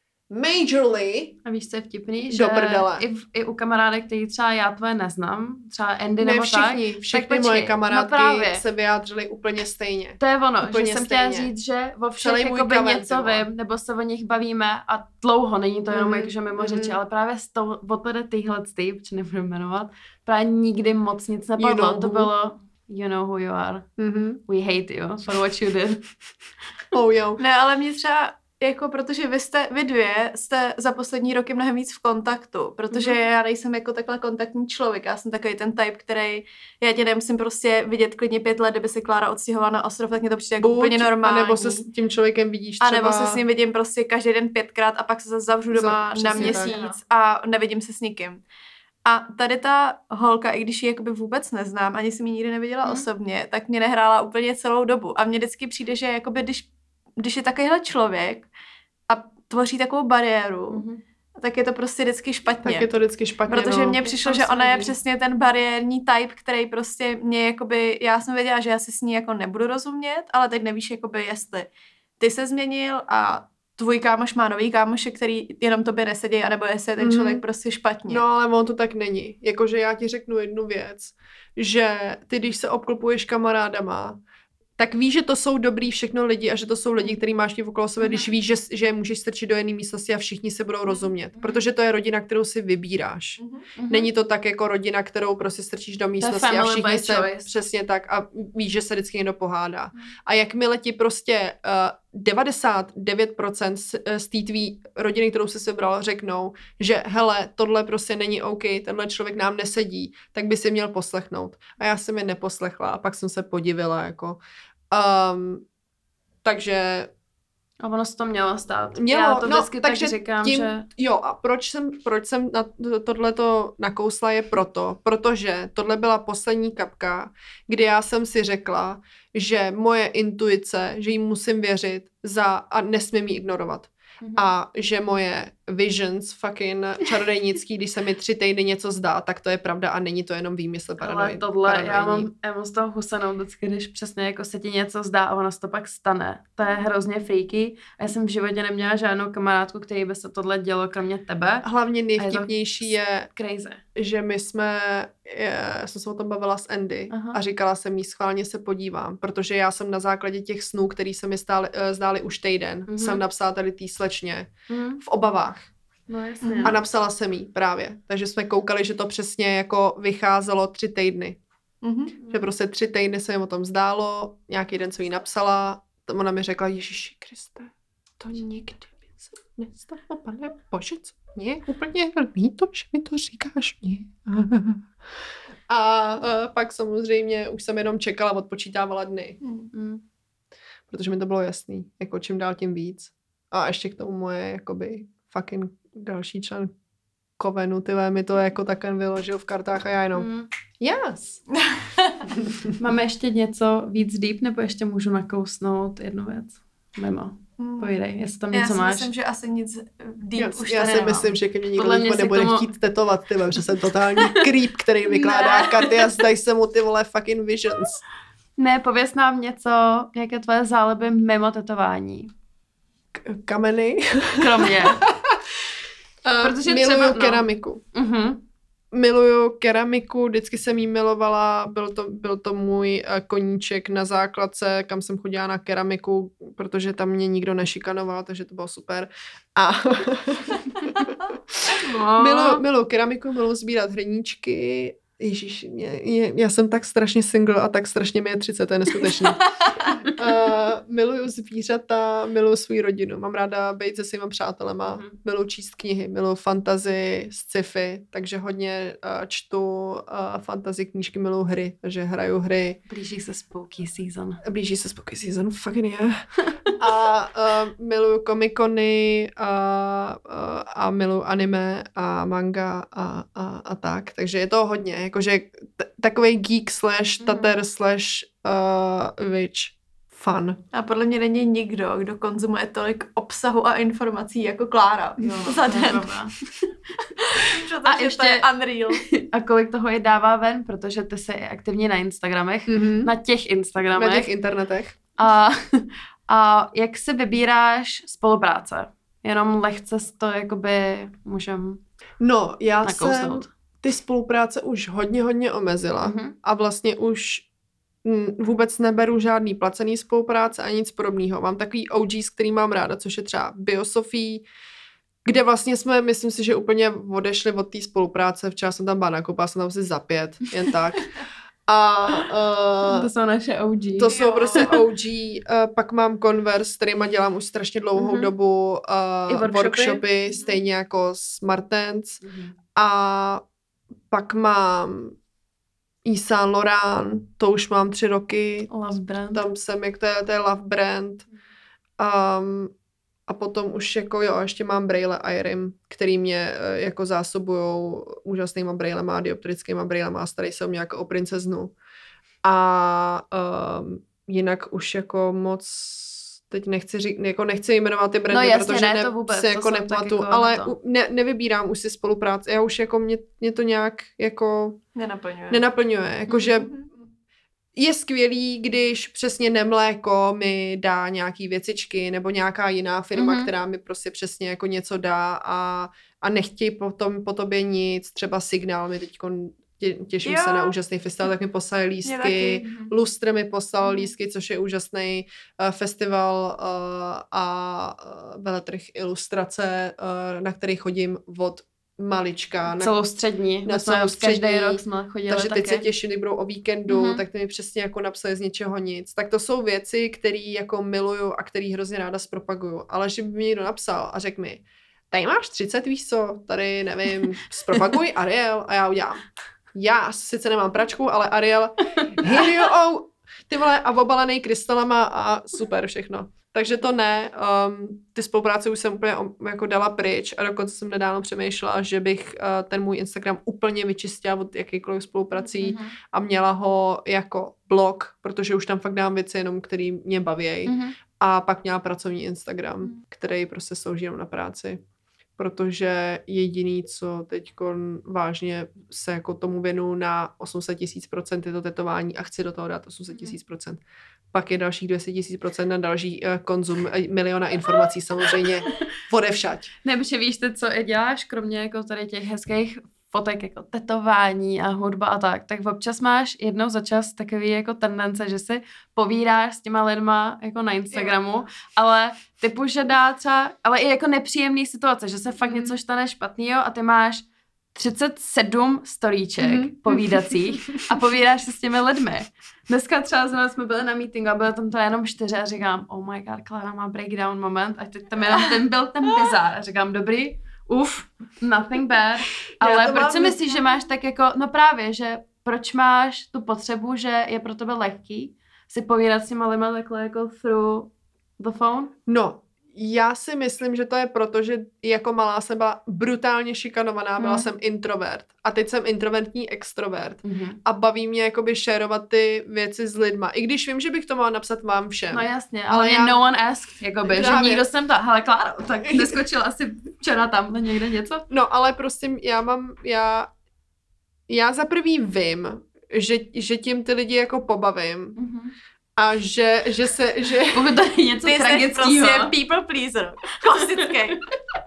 majorly. A víš, co je vtipný? Do Že prdele. i, v, i u kamarádek, který třeba já tvoje neznám, třeba Andy Ne, nebo všichni, tak, všechny tak moje počkej, kamarádky no právě. se vyjádřily úplně stejně. To je ono, Úplně že jsem stejně. chtěla říct, že o Celý všech můj jakoby kavent, něco jo. vím, nebo se o nich bavíme a dlouho, není to jenom Mhm, jakože mimo mhm. řeči, ale právě z toho, od tady tyhle ty, protože nebudu jmenovat, právě nikdy moc nic nepadlo. know To who. bylo you know who you are. Mm-hmm. We hate you for what you did. Oh, jo. Ne, ale mě třeba, jako protože vy jste, vy dvě jste za poslední roky mnohem víc v kontaktu, protože Mhm. já nejsem jako takhle kontaktní člověk, já jsem takový ten type, který, já tě nemusím prostě vidět klidně pět let, kdyby se Klára odstěhovala na ostrov, tak mě to přijde jako Buď, úplně normální. anebo se s tím člověkem vidíš A třeba... nebo se s ním vidím prostě každý den pětkrát a pak se zase zavřu doma Za- na přesně tak. měsíc a nevidím se s nikým. A tady ta holka, i když ji jakoby vůbec neznám, ani jsem ji nikdy neviděla Mhm. hmm. osobně, tak mě nehrála úplně celou dobu. A mně vždycky přijde, že jakoby když, když je takovýhle člověk a tvoří takovou bariéru, Mhm. tak je to prostě vždycky špatně. Tak je to vždycky špatně, Protože no. mně Je přišlo, tam že ona je smrdí. přesně ten bariérní type, který prostě mě jakoby, já jsem věděla, že já si s ní jako nebudu rozumět, ale teď nevíš jakoby, jestli ty se změnil a tvůj kámoš má nový kámoše, který jenom tobě nesedí, anebo jestli je ten Mhm. člověk prostě špatně. No, ale on to tak není. Jakože já ti řeknu jednu věc, že ty, když se obklopuješ kamarádama, tak víš, že to jsou dobrý všechno lidi a že to jsou lidi, který máš okolo sebe, když víš, že, že je můžeš strčit do jedné místnosti a všichni se budou rozumět. Protože to je rodina, kterou si vybíráš. Mhm. Mhm. Není to tak jako rodina, kterou prostě strčíš do místnosti a family všichni by se choice. přesně tak a víš, že se vždycky někdo pohádá. A jakmile ti prostě uh, devadesát devět procent z, uh, z té tvý rodiny, kterou jsi si vybral, řeknou, že hele, tohle prostě není OK, tenhle člověk nám nesedí, tak by si měl poslechnout. A já jsem je neposlechla a pak jsem se podivila, jako. Um, takže A ono se to mělo stát. Mělo, Já to no, vždycky tak takže říkám, tím, že... Jo, a proč jsem, proč jsem na tohleto nakousla je proto, protože tohle byla poslední kapka, kdy já jsem si řekla, že moje intuice, že jí musím věřit za, a nesmím ji ignorovat. Mhm. A že moje visions fucking čarodejnický, když se mi tři týdny něco zdá, tak to je pravda a není to jenom výmysl Ale paranoid. tohle, já mám, já mám z toho husenou vždycky, když přesně jako se ti něco zdá a ono se to pak stane. To je hrozně freaky a já jsem v životě neměla žádnou kamarádku, který by se tohle dělo kromě tebe. Hlavně A je to nejvtipnější je, Crazy. že my jsme, já jsem se o tom bavila s Andy Aha. a říkala jsem jí, schválně se podívám, protože já jsem na základě těch snů, který se mi stály, eh, zdály už týden, Mhm. jsem napsala tady tý slečně Mhm. v obavách No jasně. a napsala jsem jí právě. Takže jsme koukali, že to přesně jako vycházelo tři týdny. Mhm. Že prostě tři týdny se mi o tom zdálo, nějaký den, co jí napsala, to ona mi řekla, Ježiši Kriste, to nikdy by se nestalo, pane Bože, co mě úplně líto, že mi to říkáš mě. A, a pak samozřejmě už jsem jenom čekala, odpočítávala dny, Mhm. protože mi to bylo jasný, jako čím dál tím víc. A ještě k tomu moje, jakoby, fucking další člen Kovenu, ty mi to jako takhle vyložil v kartách a já jenom, Mhm. yes. Máme ještě něco víc deep, nebo ještě můžu nakousnout jednu věc? Mimo. Mhm. Povídej, jestli tam Já něco si máš. myslím, že asi nic deep Já, už já tady si nemám. myslím, že ke mně nikdo Podle mě teďko si nebude k tomu- chtít tetovat, ty vole, že jsem totální creep, který vykládá Ne. karty a zdají se mu ty vole fucking visions. Ne, pověz nám něco, jaké tvoje záliby mimo tetování. K- kameny. Kromě. A Protože miluju třeba, no. keramiku. Mhm. Miluju keramiku, vždycky jsem jí milovala, byl to, byl to můj uh, koníček na základce, kam jsem chodila na keramiku, protože tam mě nikdo nešikanoval, takže to bylo super. A No. miluju, miluju keramiku, miluju sbírat hrníčky Ježíš, mě, je, já jsem tak strašně single a tak strašně mi je třicet, to je neskutečné. uh, miluju zvířata, miluju svou rodinu, mám ráda být se svýma přátelema, mm. miluju číst knihy, miluju fantasy, sci-fi, takže hodně uh, čtu uh, fantasy knížky, miluju hry, takže hraju hry. Blíží se spooky season. Blíží se spooky season, fucking yeah. A uh, miluju komikony a, a, a miluju anime a manga a, a, a tak, takže je to hodně, jakože t- takovej geek slash tater slash uh, witch fun. A podle mě není nikdo, kdo konzumuje tolik obsahu a informací jako Klára Jo, za den. A a ještě to je unreal. A kolik toho je dává ven, protože ty jsi aktivní na Instagramech, Mm-hmm. na těch Instagramech. Na těch internetech. A, a jak si vybíráš spolupráce? Jenom lehce to jakoby můžem No, já nakousnout. jsem ty spolupráce už hodně, hodně omezila Mhm. a vlastně už mm, vůbec neberu žádný placený spolupráce a nic podobného. Mám takový O Gs, který mám ráda, což je třeba Biosofie, kde vlastně jsme, myslím si, že úplně odešli od té spolupráce. Včera jsem tam byla nakoupila, jsem tam asi za pět, jen tak. A uh, To jsou naše O G. to jsou Jo. prostě O G. Uh, pak mám Converse, s kterýma dělám už strašně dlouhou Mhm. dobu uh, I workshopy. workshopy, stejně jako s Martens. Mhm. A pak mám Yves Saint Laurent, to už mám tři roky. Love brand. Tam jsem, jak to je, to je Love Brand. Um, a potom už jako jo, ještě mám brejle Irim, který mě eh, jako zásobujou úžasnýma brejlema, dioptrickýma brejlema a starají se o mě jako o princeznu. A um, jinak už jako moc teď nechci říct, jako nechci jmenovat ty brandy, No jasně, protože ne, ne, to vůbec, si to jako jsem tak nepamatuju, jako ale to. u- ne, nevybírám už si spolupráci. Já už jako mě, mě to nějak jako Nenaplňuje. nenaplňuje. Jakože Mhm. je skvělý, když přesně Nemléko mi dá nějaký věcičky nebo nějaká jiná firma, Mhm. mm-hmm. která mi prostě přesně jako něco dá a, a nechtějí potom po tobě nic. Třeba Signál mi teď těším Jo. se na úžasný festival, tak mi poslali Mě lístky. taky. Lustr mi poslal Mhm. lístky, což je úžasný uh, festival uh, a uh, veletrh ilustrace, uh, na který chodím od malička. Na Celou střední. na My jsme celou už každý střední, rok jsme chodili takže taky. teď se těším, kdy budou o víkendu, Mhm. mm-hmm. tak ty mi přesně jako napsali z ničeho nic. Tak to jsou věci, které jako miluju a které hrozně ráda zpropaguju. Ale že by mi někdo napsal a řekl mi, tady máš třicet, víš co, tady nevím, zpropaguj Ariel a já udělám. Já sice nemám pračku, ale Ariel, here you go, ty vole, a obalený krystalama a super všechno. Takže to ne, um, ty spolupráce už jsem úplně um, jako dala pryč a dokonce jsem nedávno přemýšlela, že bych uh, ten můj Instagram úplně vyčistila od jakýkoliv spoluprací Mhm. a měla ho jako blog, protože už tam fakt dám věci jenom, který mě baví. Mhm. A pak měla pracovní Instagram, Mhm. který prostě slouží jenom na práci. Protože jediný, co teď vážně se jako tomu věnu na osm set tisíc procent je to tetování a chci do toho dát osm set tisíc procent. Pak je dalších dvě stě tisíc procent na další uh, konzum uh, miliona informací samozřejmě odevšať. Ne, protože víš ty, co i děláš, kromě jako tady těch hezkých fotek, jako tetování a hudba a tak, tak občas máš jednou za čas takový jako tendence, že si povídáš s těma lidma jako na Instagramu, ale typu, že dá třeba, ale i jako nepříjemný situace, že se fakt Mhm. něco stane špatnýho a ty máš třicet sedm storíček Mhm. povídacích a povídáš se s těmi lidmi. Dneska třeba zrovna jsme byli na meetingu a bylo tam to jenom čtyři a říkám, oh my god, Klára má breakdown moment a teď tam jenom ten byl ten bizár a říkám, dobrý, uf, nothing bad, ale to proč mám si myslíš, že máš tak jako, no právě, že proč máš tu potřebu, že je pro tebe lehký si povídat s těma lidma takhle jako through the phone? No, já si myslím, že to je proto, že jako malá jsem byla brutálně šikanovaná, byla Hmm. jsem introvert a teď jsem introvertní extrovert. Mhm. A baví mě jakoby šerovat ty věci s lidma. I když vím, že bych to mohla napsat vám všem. No jasně, Ale ale já- já... no one asked, jakoby, že Právě. nikdo jsem to, hele Kláro, tak neskočila asi včera tam někde něco? No, ale prostě já mám, já, já za prvý vím, že, že tím ty lidi jako pobavím Mhm. a že, že se, že, Pokud to je něco Ty jsi tragického. prostě people pleaser. Klasický.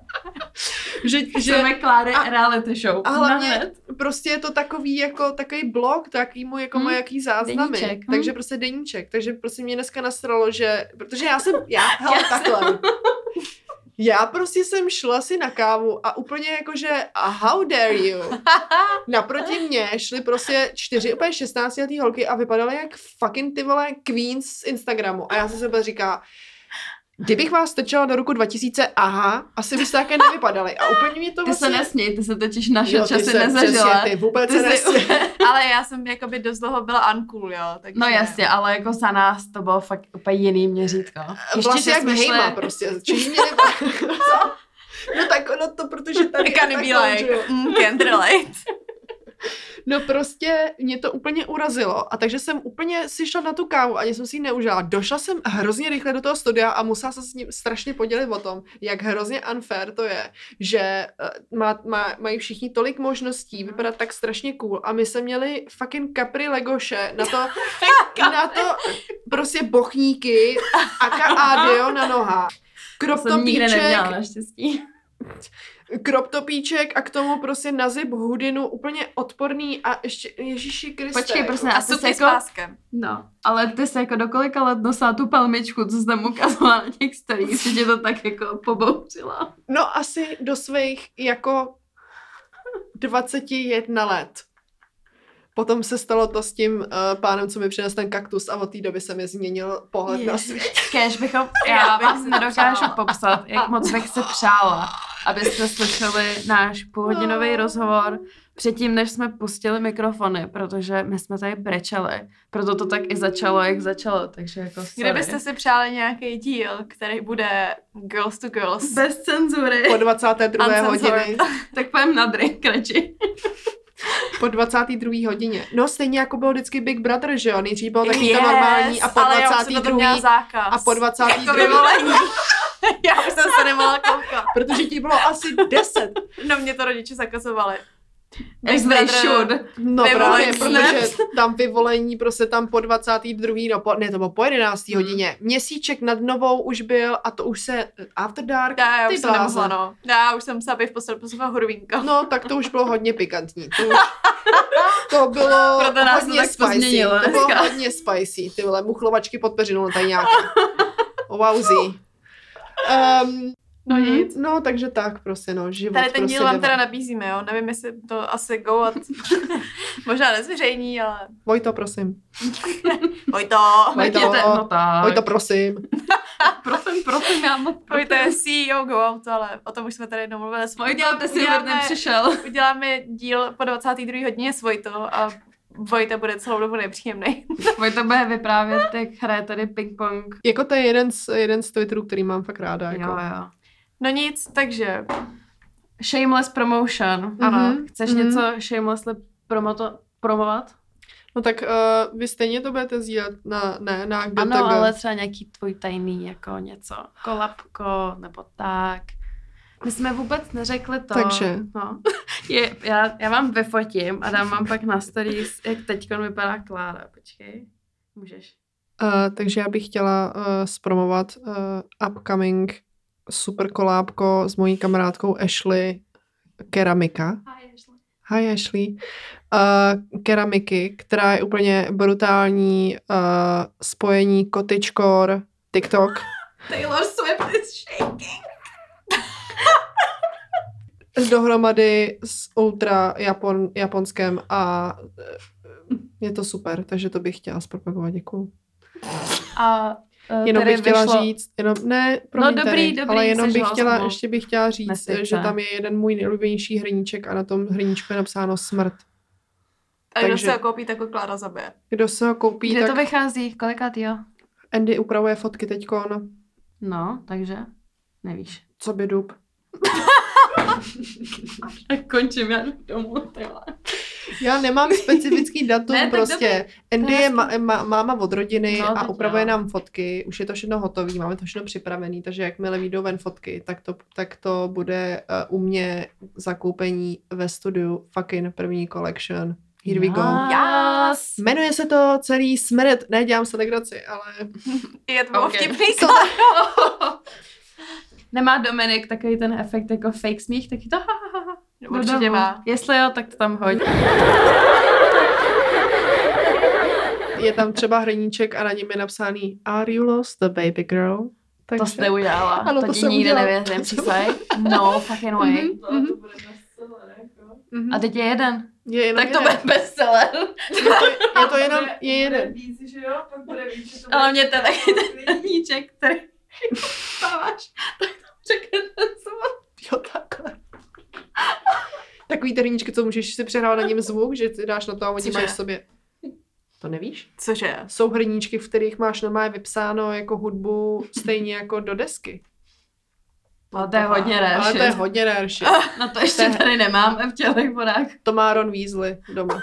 že, že Chceme Kláry a- reality show. a hlavně Nahned. prostě je to takový jako takový blog, takový můj jako Hmm. moje jaký záznamy. Deníček, hm. Takže prostě deníček. Takže prostě mě dneska nasralo, že, protože já jsem, já, hele, takhle. Já prostě jsem šla si na kávu a úplně jakože how dare you. Naproti mně šly prostě čtyři úplně šestnáctiletý holky a vypadaly jak fucking ty vole queens z Instagramu. A já jsem sebe říká, kdybych vás strčela do roku dva tisíce, aha, asi byste také nevypadaly. A úplně mě to Ty vlastně... se nesměj, ty se totiž naše Jo, ty časy se- nezažila. přesně, ty vůbec Ty se jsi- nesměj. Ale já jsem jakoby dost dlouho byla uncool, jo. Takže... No jasně, ale jako za nás to bylo fakt úplně jiný měřítko. Vlastně jak jsme šli- hejma prostě. Čiže mě nebyla... Co? No tak ono to, protože tady... Can je be takhle, like, že jo. mm, can't relate. No prostě mě to úplně urazilo a takže jsem úplně si šla na tu kávu, ani jsem si ji neužila. Došla jsem hrozně rychle do toho studia a musela se s ním strašně podělit o tom, jak hrozně unfair to je, že uh, má, má, mají všichni tolik možností vypadat tak strašně cool a my jsme měli fucking Capri Legoše na to, na to prostě bochníky a Adio na nohách. Crop To jsem nikdy neměla topíček, naštěstí. crop topíček a k tomu prostě na zip hudinu úplně odporný a ještě Ježíši Kriste. Počkej, jako. prosím, A a ty jsi sukni s jako... páskem. No, ale ty jsi jako do kolika let nosila tu palmičku, co jsi tam ukazovala na těch stories, že tě to tak jako pobouřila. No asi do svých jako dvacet jedna let. Potom se stalo to s tím uh, pánem, co mi přinesl ten kaktus a od té doby se mi změnil pohled na svět. Kéž bychom, Já já bych vám si nedokážu přála. popsat, jak moc bych se přála, abyste slyšeli náš půlhodinový rozhovor předtím, než jsme pustili mikrofony, protože my jsme tady brečeli. Proto to tak i začalo, jak začalo, takže jako sorry. Kdybyste si přáli nějaký díl, který bude girls to girls. Bez cenzury, Po dvacáté druhé Uncensored. hodiny. tak půjdem na drink radši. Po dvacáté druhé hodině. No stejně jako bylo vždycky Big Brother, že jo? Nejdřív bylo taky Yes, to normální a po ale já už jsem dvacáté na to měla druhé zákaz. a po dvacáté Jako druhé vyvolení. Já už jsem se nemohla koukat. protože ti bylo asi deset. No mě to rodiče zakazovali. As they should. No Vyvolení. právě, protože tam vyvolení prostě tam po dvacáté druhé no po, ne, to bylo po jedenácté Hmm. hodině. Měsíček nad Novou už byl a to už se After Dark, Já, já ty už jsem nemohla, blázen. no. Já už jsem se aby v posteli poslouchala hurvínka. No, tak to už bylo hodně pikantní. To, už, to bylo Proto nás to hodně tak spicy. pozměnilo To bylo dneska. hodně spicy. Ty vole, muchlovačky pod peřinou tady nějaké. Wowzí. Um, No nic. No, takže tak prostě, no, život Tady ten prostě díl vám jde teda ven. nabízíme, jo. Nevím, jestli to asi go at... možná nezveřejní, ale... Vojto, prosím. Vojto! Vojto, Jděte, no tak. Vojto, prosím. Prosím, prosím, já moc Vojto je C E O Go Out, ale o tom už jsme tady jednou mluvili. Vojto, ty si vůbec nepřišel. uděláme díl po dvacáté druhé hodině s Vojto a Vojta bude celou dobu nepříjemný. Vojto bude vyprávět, jak hraje tady ping-pong. Jako to je jeden z, jeden z Twitterů, který mám fakt ráda. Jako. Jo, jo. No nic, takže... Shameless promotion. Ano. Mhm, Chceš mhm. něco shamelessly promoto, promovat? No tak uh, vy stejně to budete sdílet na, ne, na G T G. Ano, ale třeba nějaký tvůj tajný jako něco. Kolabko, nebo tak. My jsme vůbec neřekli to. Takže. No. Je, já, já vám vyfotím a dám vám pak na stories, jak teďkon vypadá Klára. Počkej. Můžeš. Uh, takže já bych chtěla uh, zpromovat uh, upcoming super kolábko s mojí kamarádkou Ashley Keramika. Hi Ashley. Uh, keramiky, která je úplně brutální uh, spojení cottagecore, TikTok. Taylor Swift is shaking. Dohromady s ultra Japon, japonském a uh, je to super, takže to bych chtěla zpropagovat, děkuju. A uh, Jenom tady bych chtěla vyšlo... říct, jenom, ne, promiň No dobrý, tady, dobrý, ale jenom jsi bych chtěla, hlasmo. ještě bych chtěla říct, Nestyď že se. tam je jeden můj nejoblíbenější hrníček a na tom hrníčku je napsáno smrt. A kdo Takže- se ho koupí, tak ho Klára zabije. Kdo se ho koupí, Kde tak to vychází? Kolikátýho? Andy upravuje fotky teďkon, No, takže nevíš. co by dub. Tak končím, já jdu domů, tyhle. Já nemám specifický datum, Ne, tak prostě. Andy je je ma, ma, máma od rodiny No, a teď upravuje jo. nám fotky, už je to všechno hotové, máme to všechno připravené, takže jakmile vyjdou ven fotky, tak to, tak to bude uh, u mě zakoupení ve studiu fucking první collection. Here we go. Yes. Jmenuje se to celý Smrt, ne, dělám se legraci, ale... Je to Okay. vtipný. Co? Nemá Dominik takový ten efekt jako fake smích, taky to Určitě má. Jestli jo, tak to tam hoď. Je tam třeba hrníček a na něm je napsaný Are you lost, the baby girl? Takže... To jsi neudělala. Ano, to, to ti jsem nikdy udělala. nevěřím, přísaj. No fucking way. Mhm, mhm. Mhm. A teď je jeden. Je jenom Tak to jeden. bude bestseller. Je to, je to jenom je jeden. Víc, že jo? Pak bude víc, že to Ale mě to je taky ten hraníček, který dáváš, tak tam řekne ten zvuk. Jo, takhle. Takový terníčky, co můžeš si přehrávat na něm zvuk, že ty dáš na to a oni Cože? máš v sobě. To nevíš? Cože? Jsou hrníčky, v kterých máš normálně vypsáno jako hudbu stejně jako do desky. Ale to je hodně rare Ale to je shit. hodně rare shit. Na to ještě tady nemáme v tělech vodách. To má Ron Weasley doma.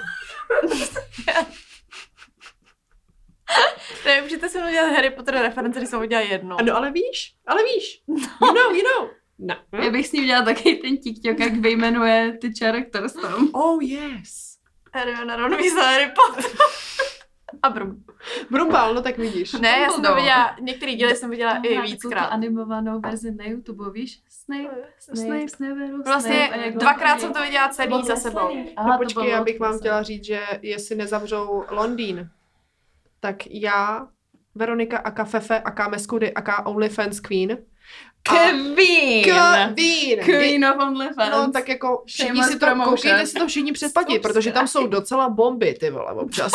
Ne, můžete si udělat Harry Potter reference, když jsem udělala jednou. Ano, ale víš, ale víš. You know, you know. No. Já bych s ním udělala taky ten TikTok, jak vyjmenuje ty characters tam. Oh yes. Hermiona, Ron, Weasley, Harry Potter. A Brum. Brumbal, no tak vidíš. Ne, já jsem to No. viděla, některý díly jsem viděla i Tu víckrát. animovanou verzi na YouTube, víš? Snape, Snape, Snape, Vlastně dvakrát jsem to viděla celý za sebou. No počkej, já bych vám chtěla říct, že jestli nezavřou Londýn, tak já, Veronika aka Fefe aka Meskudy aka OnlyFans Queen. Queen! Queen! Queen of OnlyFans. No tak jako všichni Shameless si to, promotion. koukejte si to všichni předplatí, protože tam jsou docela bomby, ty vole, občas.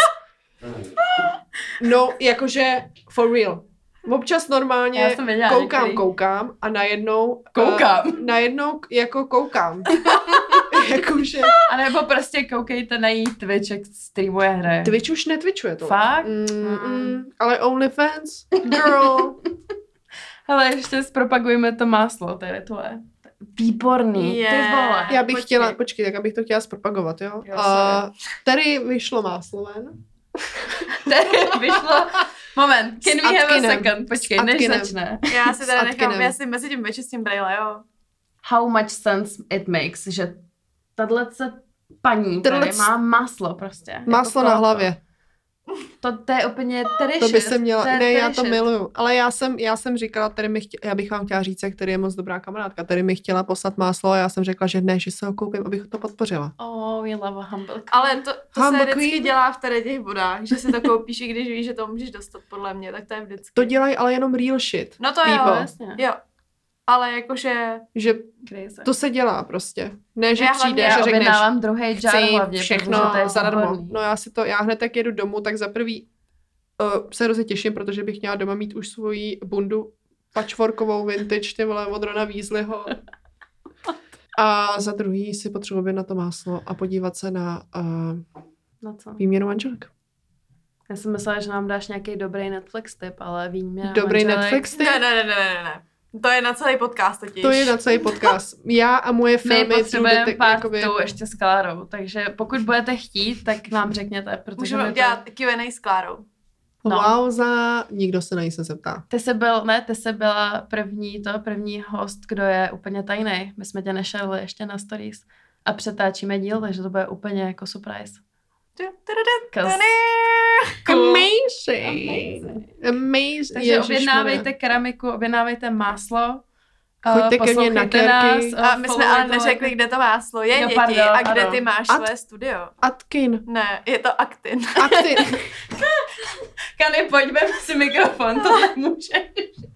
No, jakože for real. Občas Já normálně jsem viděla koukám, některý. koukám a najednou... Koukám. Uh, najednou jako koukám. Jakože... A nebo prostě koukejte na její Twitch, jak streamuje hry. Twitch už netwitchuje to. Fakt? Mm, mm, ale OnlyFans? Girl. Hele, ještě zpropagujeme to máslo, tady to je. Výborný, Je. ty vole. Já bych Počkej. chtěla, počkej, tak abych to chtěla zpropagovat, jo? Jo, A tady vyšlo máslo ven. Tady vyšlo... Moment, can S we have a Atkinem. second? Počkej, S než Atkinem. začne. Já si teda S nechám, Atkinem. já si mezi tím vyčistím brýle, jo. How much sense it makes, že tahle paní Tenhle tady c- má máslo prostě. Máslo jako na to. hlavě. To, to je úplně tedy To by shit. se měla, To je ne, já tedy to shit. miluju. Ale já jsem, já jsem říkala, tady mi chtěla, já bych vám chtěla říct, jak tady je moc dobrá kamarádka. Tady mi chtěla poslat máslo a já jsem řekla, že ne, že se ho koupím, abych to podpořila. Oh, we love a humble. Ale to, to Humble se vždycky Queen. dělá v tady těch vodách, že si to koupíš, i když víš, že to můžeš dostat, podle mě, tak to je vždycky. To dělají ale jenom real shit. No to people. jo, Jasně. jo. Ale jakože, Že Crazy. to se dělá prostě. Ne, že Já hlavně- přijdeš já a řekneš, objednávám druhý jar chci hlavně, všechno protože to je zadarmo. výborný. No já si to, já hned tak jedu domů, tak za prvý uh, se hrozně těším, protože bych měla doma mít už svoji bundu patchworkovou vintage, ty vole, od Rona Weasleyho. A za druhý si potřebuji na to máslo a podívat se na uh, No co? výměnu manželek. Já jsem myslela, že nám dáš nějaký dobrý Netflix tip, ale víme. Dobrý Netflix tip? ne, ne, ne, ne, ne, ne. To je na celý podcast totiž. To je na celý podcast. Já a moje My filmy potřebujeme True Detec- part jakoby- two ještě s Klárou, takže pokud budete chtít, tak nám řekněte, protože Můžeme my to- udělat Q and A s Klárou. No. Lauza, nikdo se na ní se zeptá. Ty jsi byl, ne, ty jsi byla první, to první host, kdo je úplně tajný. My jsme tě nešerli ještě na stories a přetáčíme díl, takže to bude úplně jako surprise. Cause... Cool. Amazing. Amazing. Takže objednávejte keramiku, objednávejte máslo. Choďte uh, ke mně na poslouchejte nás, kerky. uh, A my jsme ale followujte- neřekli, kde to máslo je, Jo, děti, pardon, a kde ano. ty máš At- své studio. Atkin. Ne, je to Actin. Aktin. Kany, pojď, vem si mikrofon, to nemůžeš.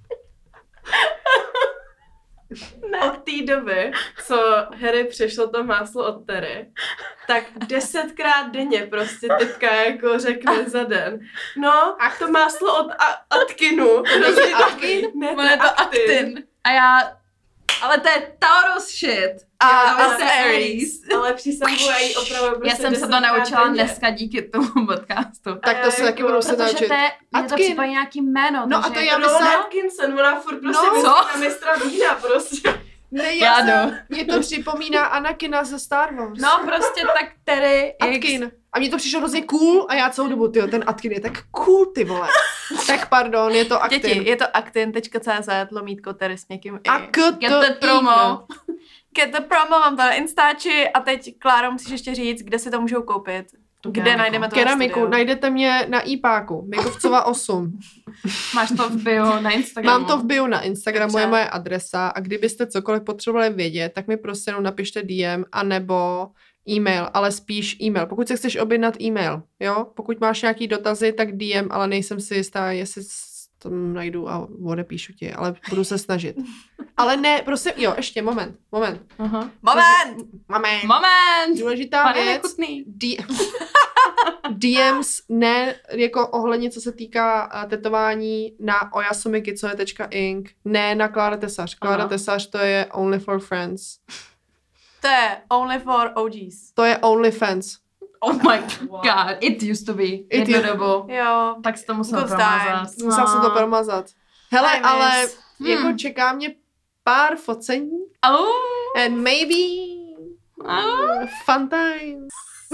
Od té doby, co Harry přišlo to máslo od Terry, tak desetkrát denně prostě typka jako řekne za den. No, to máslo od A- Atkinu. Není Atkin? Ne, to je to Actin. A já... Ale to je Taurus shit. A- Já ale jsem Aries. Ale přísahu, já jí opravdu prostě Já jsem se to naučila dneska díky tomu podcastu. Tak to se taky budu se Protože naučit. to je, mě to Atkin. připadá nějaký jméno. No a takže to je já Rowan myslela- Atkinson, ona furt prostě No. myslí Co? na mistra vína prostě. Ne, Já já jdu. jsem, mě to připomíná Anakina ze Star Wars. No prostě tak Terry Atkin. A mně to přišlo hrozně cool a já celou dobu, tyjo, ten Atkin je tak cool, ty vole. Tak pardon, je to Actin. Děti, je to actin.cz, lomítko Terry s někým i. A k Get that promo. Get the promo, mám to na Instači a teď, Kláro, musíš ještě říct, kde si to můžou koupit. Tu Kde keramiku. najdeme to Keramiku, najdete mě na IPáku, Mikovcova osm. Máš to v bio na Instagramu. Mám to v bio na Instagramu, Dobře. je moje adresa a kdybyste cokoliv potřebovali vědět, tak mi prostě jenom napište D M anebo e-mail, ale spíš e-mail. Pokud se chceš objednat e-mail, jo? Pokud máš nějaký dotazy, tak D M, ale nejsem si jistá, jestli to najdu a odepíšu ti, ale budu se snažit. Ale ne, prosím, jo, ještě, moment, moment. Aha. Moment! Moment! Moment! Důležitá Pane věc. Nechutný. D- D Ms ne jako ohledně, co se týká uh, tetování na oyasumiki, co je tečka ink, ne na Klára Tesař. Klára Aha. Tesař to je only for friends. To je only for O Gs. To je only fans. Oh my god, it used to be. It Jednu is- dobu. Jo. Tak jsi to musela Good promazat. times. Musela jsem to promazat. Hele, Hi, miss. ale Hmm. jako čeká mě pár focení Au. and maybe Au. fun times.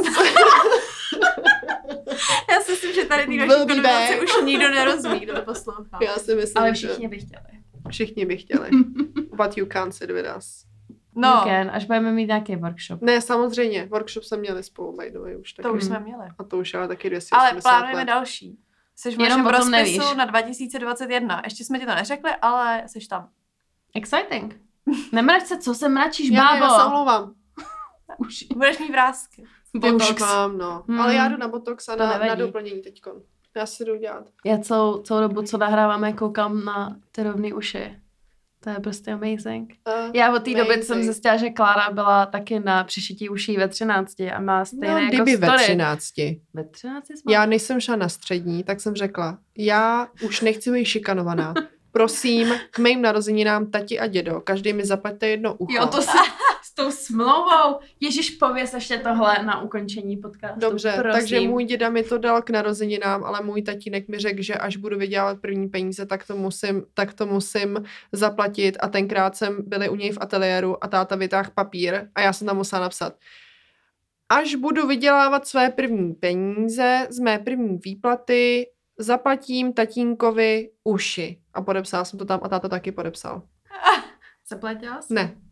Já si myslím, že tady ty Will naší be konverzace back. už nikdo nerozumí, kdo to poslouchá. Já si myslím, Ale že všichni by chtěli. všichni by chtěli. But you can't sit with us. You No, can, až budeme mít nějaký workshop. Ne, samozřejmě. Workshop jsme měli spolu, by the way, už taky. to už Hmm. jsme měli. A to už ale taky dvě stě Ale osmdesát plánujeme let. další. Jsi v Jenom našem o tom rozpisu nevíš. na dva tisíce dvacet jedna. Ještě jsme ti to neřekli, ale jsi tam. Exciting. Nemrač se, co se mračíš, Já, já se bábo? omlouvám. Už. Budeš mít vrásky. Ty už Botox. mám, no. Hmm. Ale já jdu na botox a To na, nevadí. na doplnění teďkon. Já si jdu dělat. Já celou, celou dobu, co nahráváme, koukám na ty rovný uši. To je prostě amazing. Uh, Já od té doby amazing. jsem zjistila, že Klára byla taky na přišití uší ve třinácti a má stejné No, jako kdyby ve story. třinácti. Ve třinácti jsme. Já nejsem šla na střední, tak jsem řekla, já už nechci být šikanovaná. Prosím, k mým narozeninám tati a dědo, každý mi zaplaťte jedno ucho. Jo, to se s tou smlouvou. Ježíš, pověz ještě tohle na ukončení podcastu. Dobře, prosím. takže můj děda mi to dal k narozeninám, ale můj tatínek mi řekl, že až budu vydělávat první peníze, tak to musím, tak to musím zaplatit a tenkrát jsem byli u něj v ateliéru a táta vytáhl papír a já jsem tam musela napsat. Až budu vydělávat své první peníze z mé první výplaty, zaplatím tatínkovi uši. A podepsala jsem to tam a táta taky podepsal. Zaplatila jsi? Ne,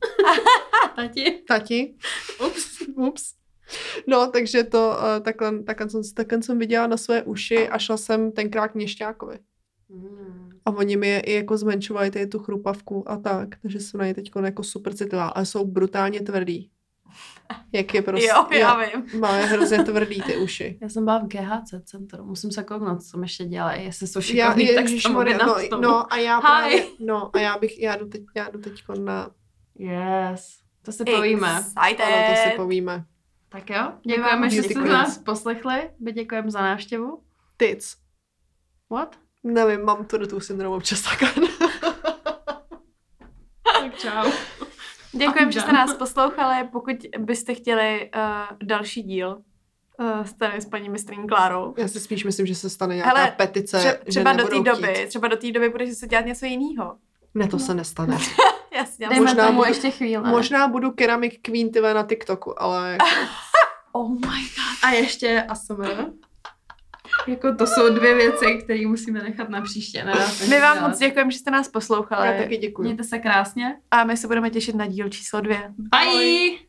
Tati? tati. Ups, ups. No, takže to, uh, takhle, takhle, jsem, takhle jsem viděla na své uši a šla jsem tenkrát k měšťákovi. Hmm. A oni mi je i jako zmenšovali tady tu chrupavku a tak, takže jsem na ně teď jako super citlivá, ale jsou brutálně tvrdý. Jak je prostě, Jo, já vím. má je hrozně tvrdý ty uši. Já jsem byla v G H C centru, musím se kouknout, co tam ještě dělají, jestli jsou Já, šikovný, tak se tam ježišmarja, objednám no, k tomu. no, a já Hi. právě, no, a já bych, já jdu teď, já jdu teďko na, Yes, to si povíme. Excited. ano, to si povíme. Tak jo, děkujeme, že Beauty jste queens. nás poslechli, my děkujeme za návštěvu. Tic. What? Nevím, mám to do tu syndrom občas takhle. Tak čau. Děkujeme, že jste nás poslouchali. Pokud byste chtěli uh, další díl uh, s tady s paní mistryní Klárou. Já si spíš myslím, že se stane nějaká Hele, petice, Tře- že třeba do té nebudou doby, chtít. třeba do té doby budeš se dělat něco jiného. Ne, to se nestane. Jasně, Dejme Možná tomu budu- ještě chvíli. Možná budu Ceramic Queen tyve na TikToku, ale jako, Oh my god. A ještě A S M R. Jako to jsou dvě věci, které musíme nechat na příště. Nedá se My nic vám dělat. moc děkujeme, že jste nás poslouchali. já taky děkuji. Mějte se krásně. A my se budeme těšit na díl číslo dvě. Bye!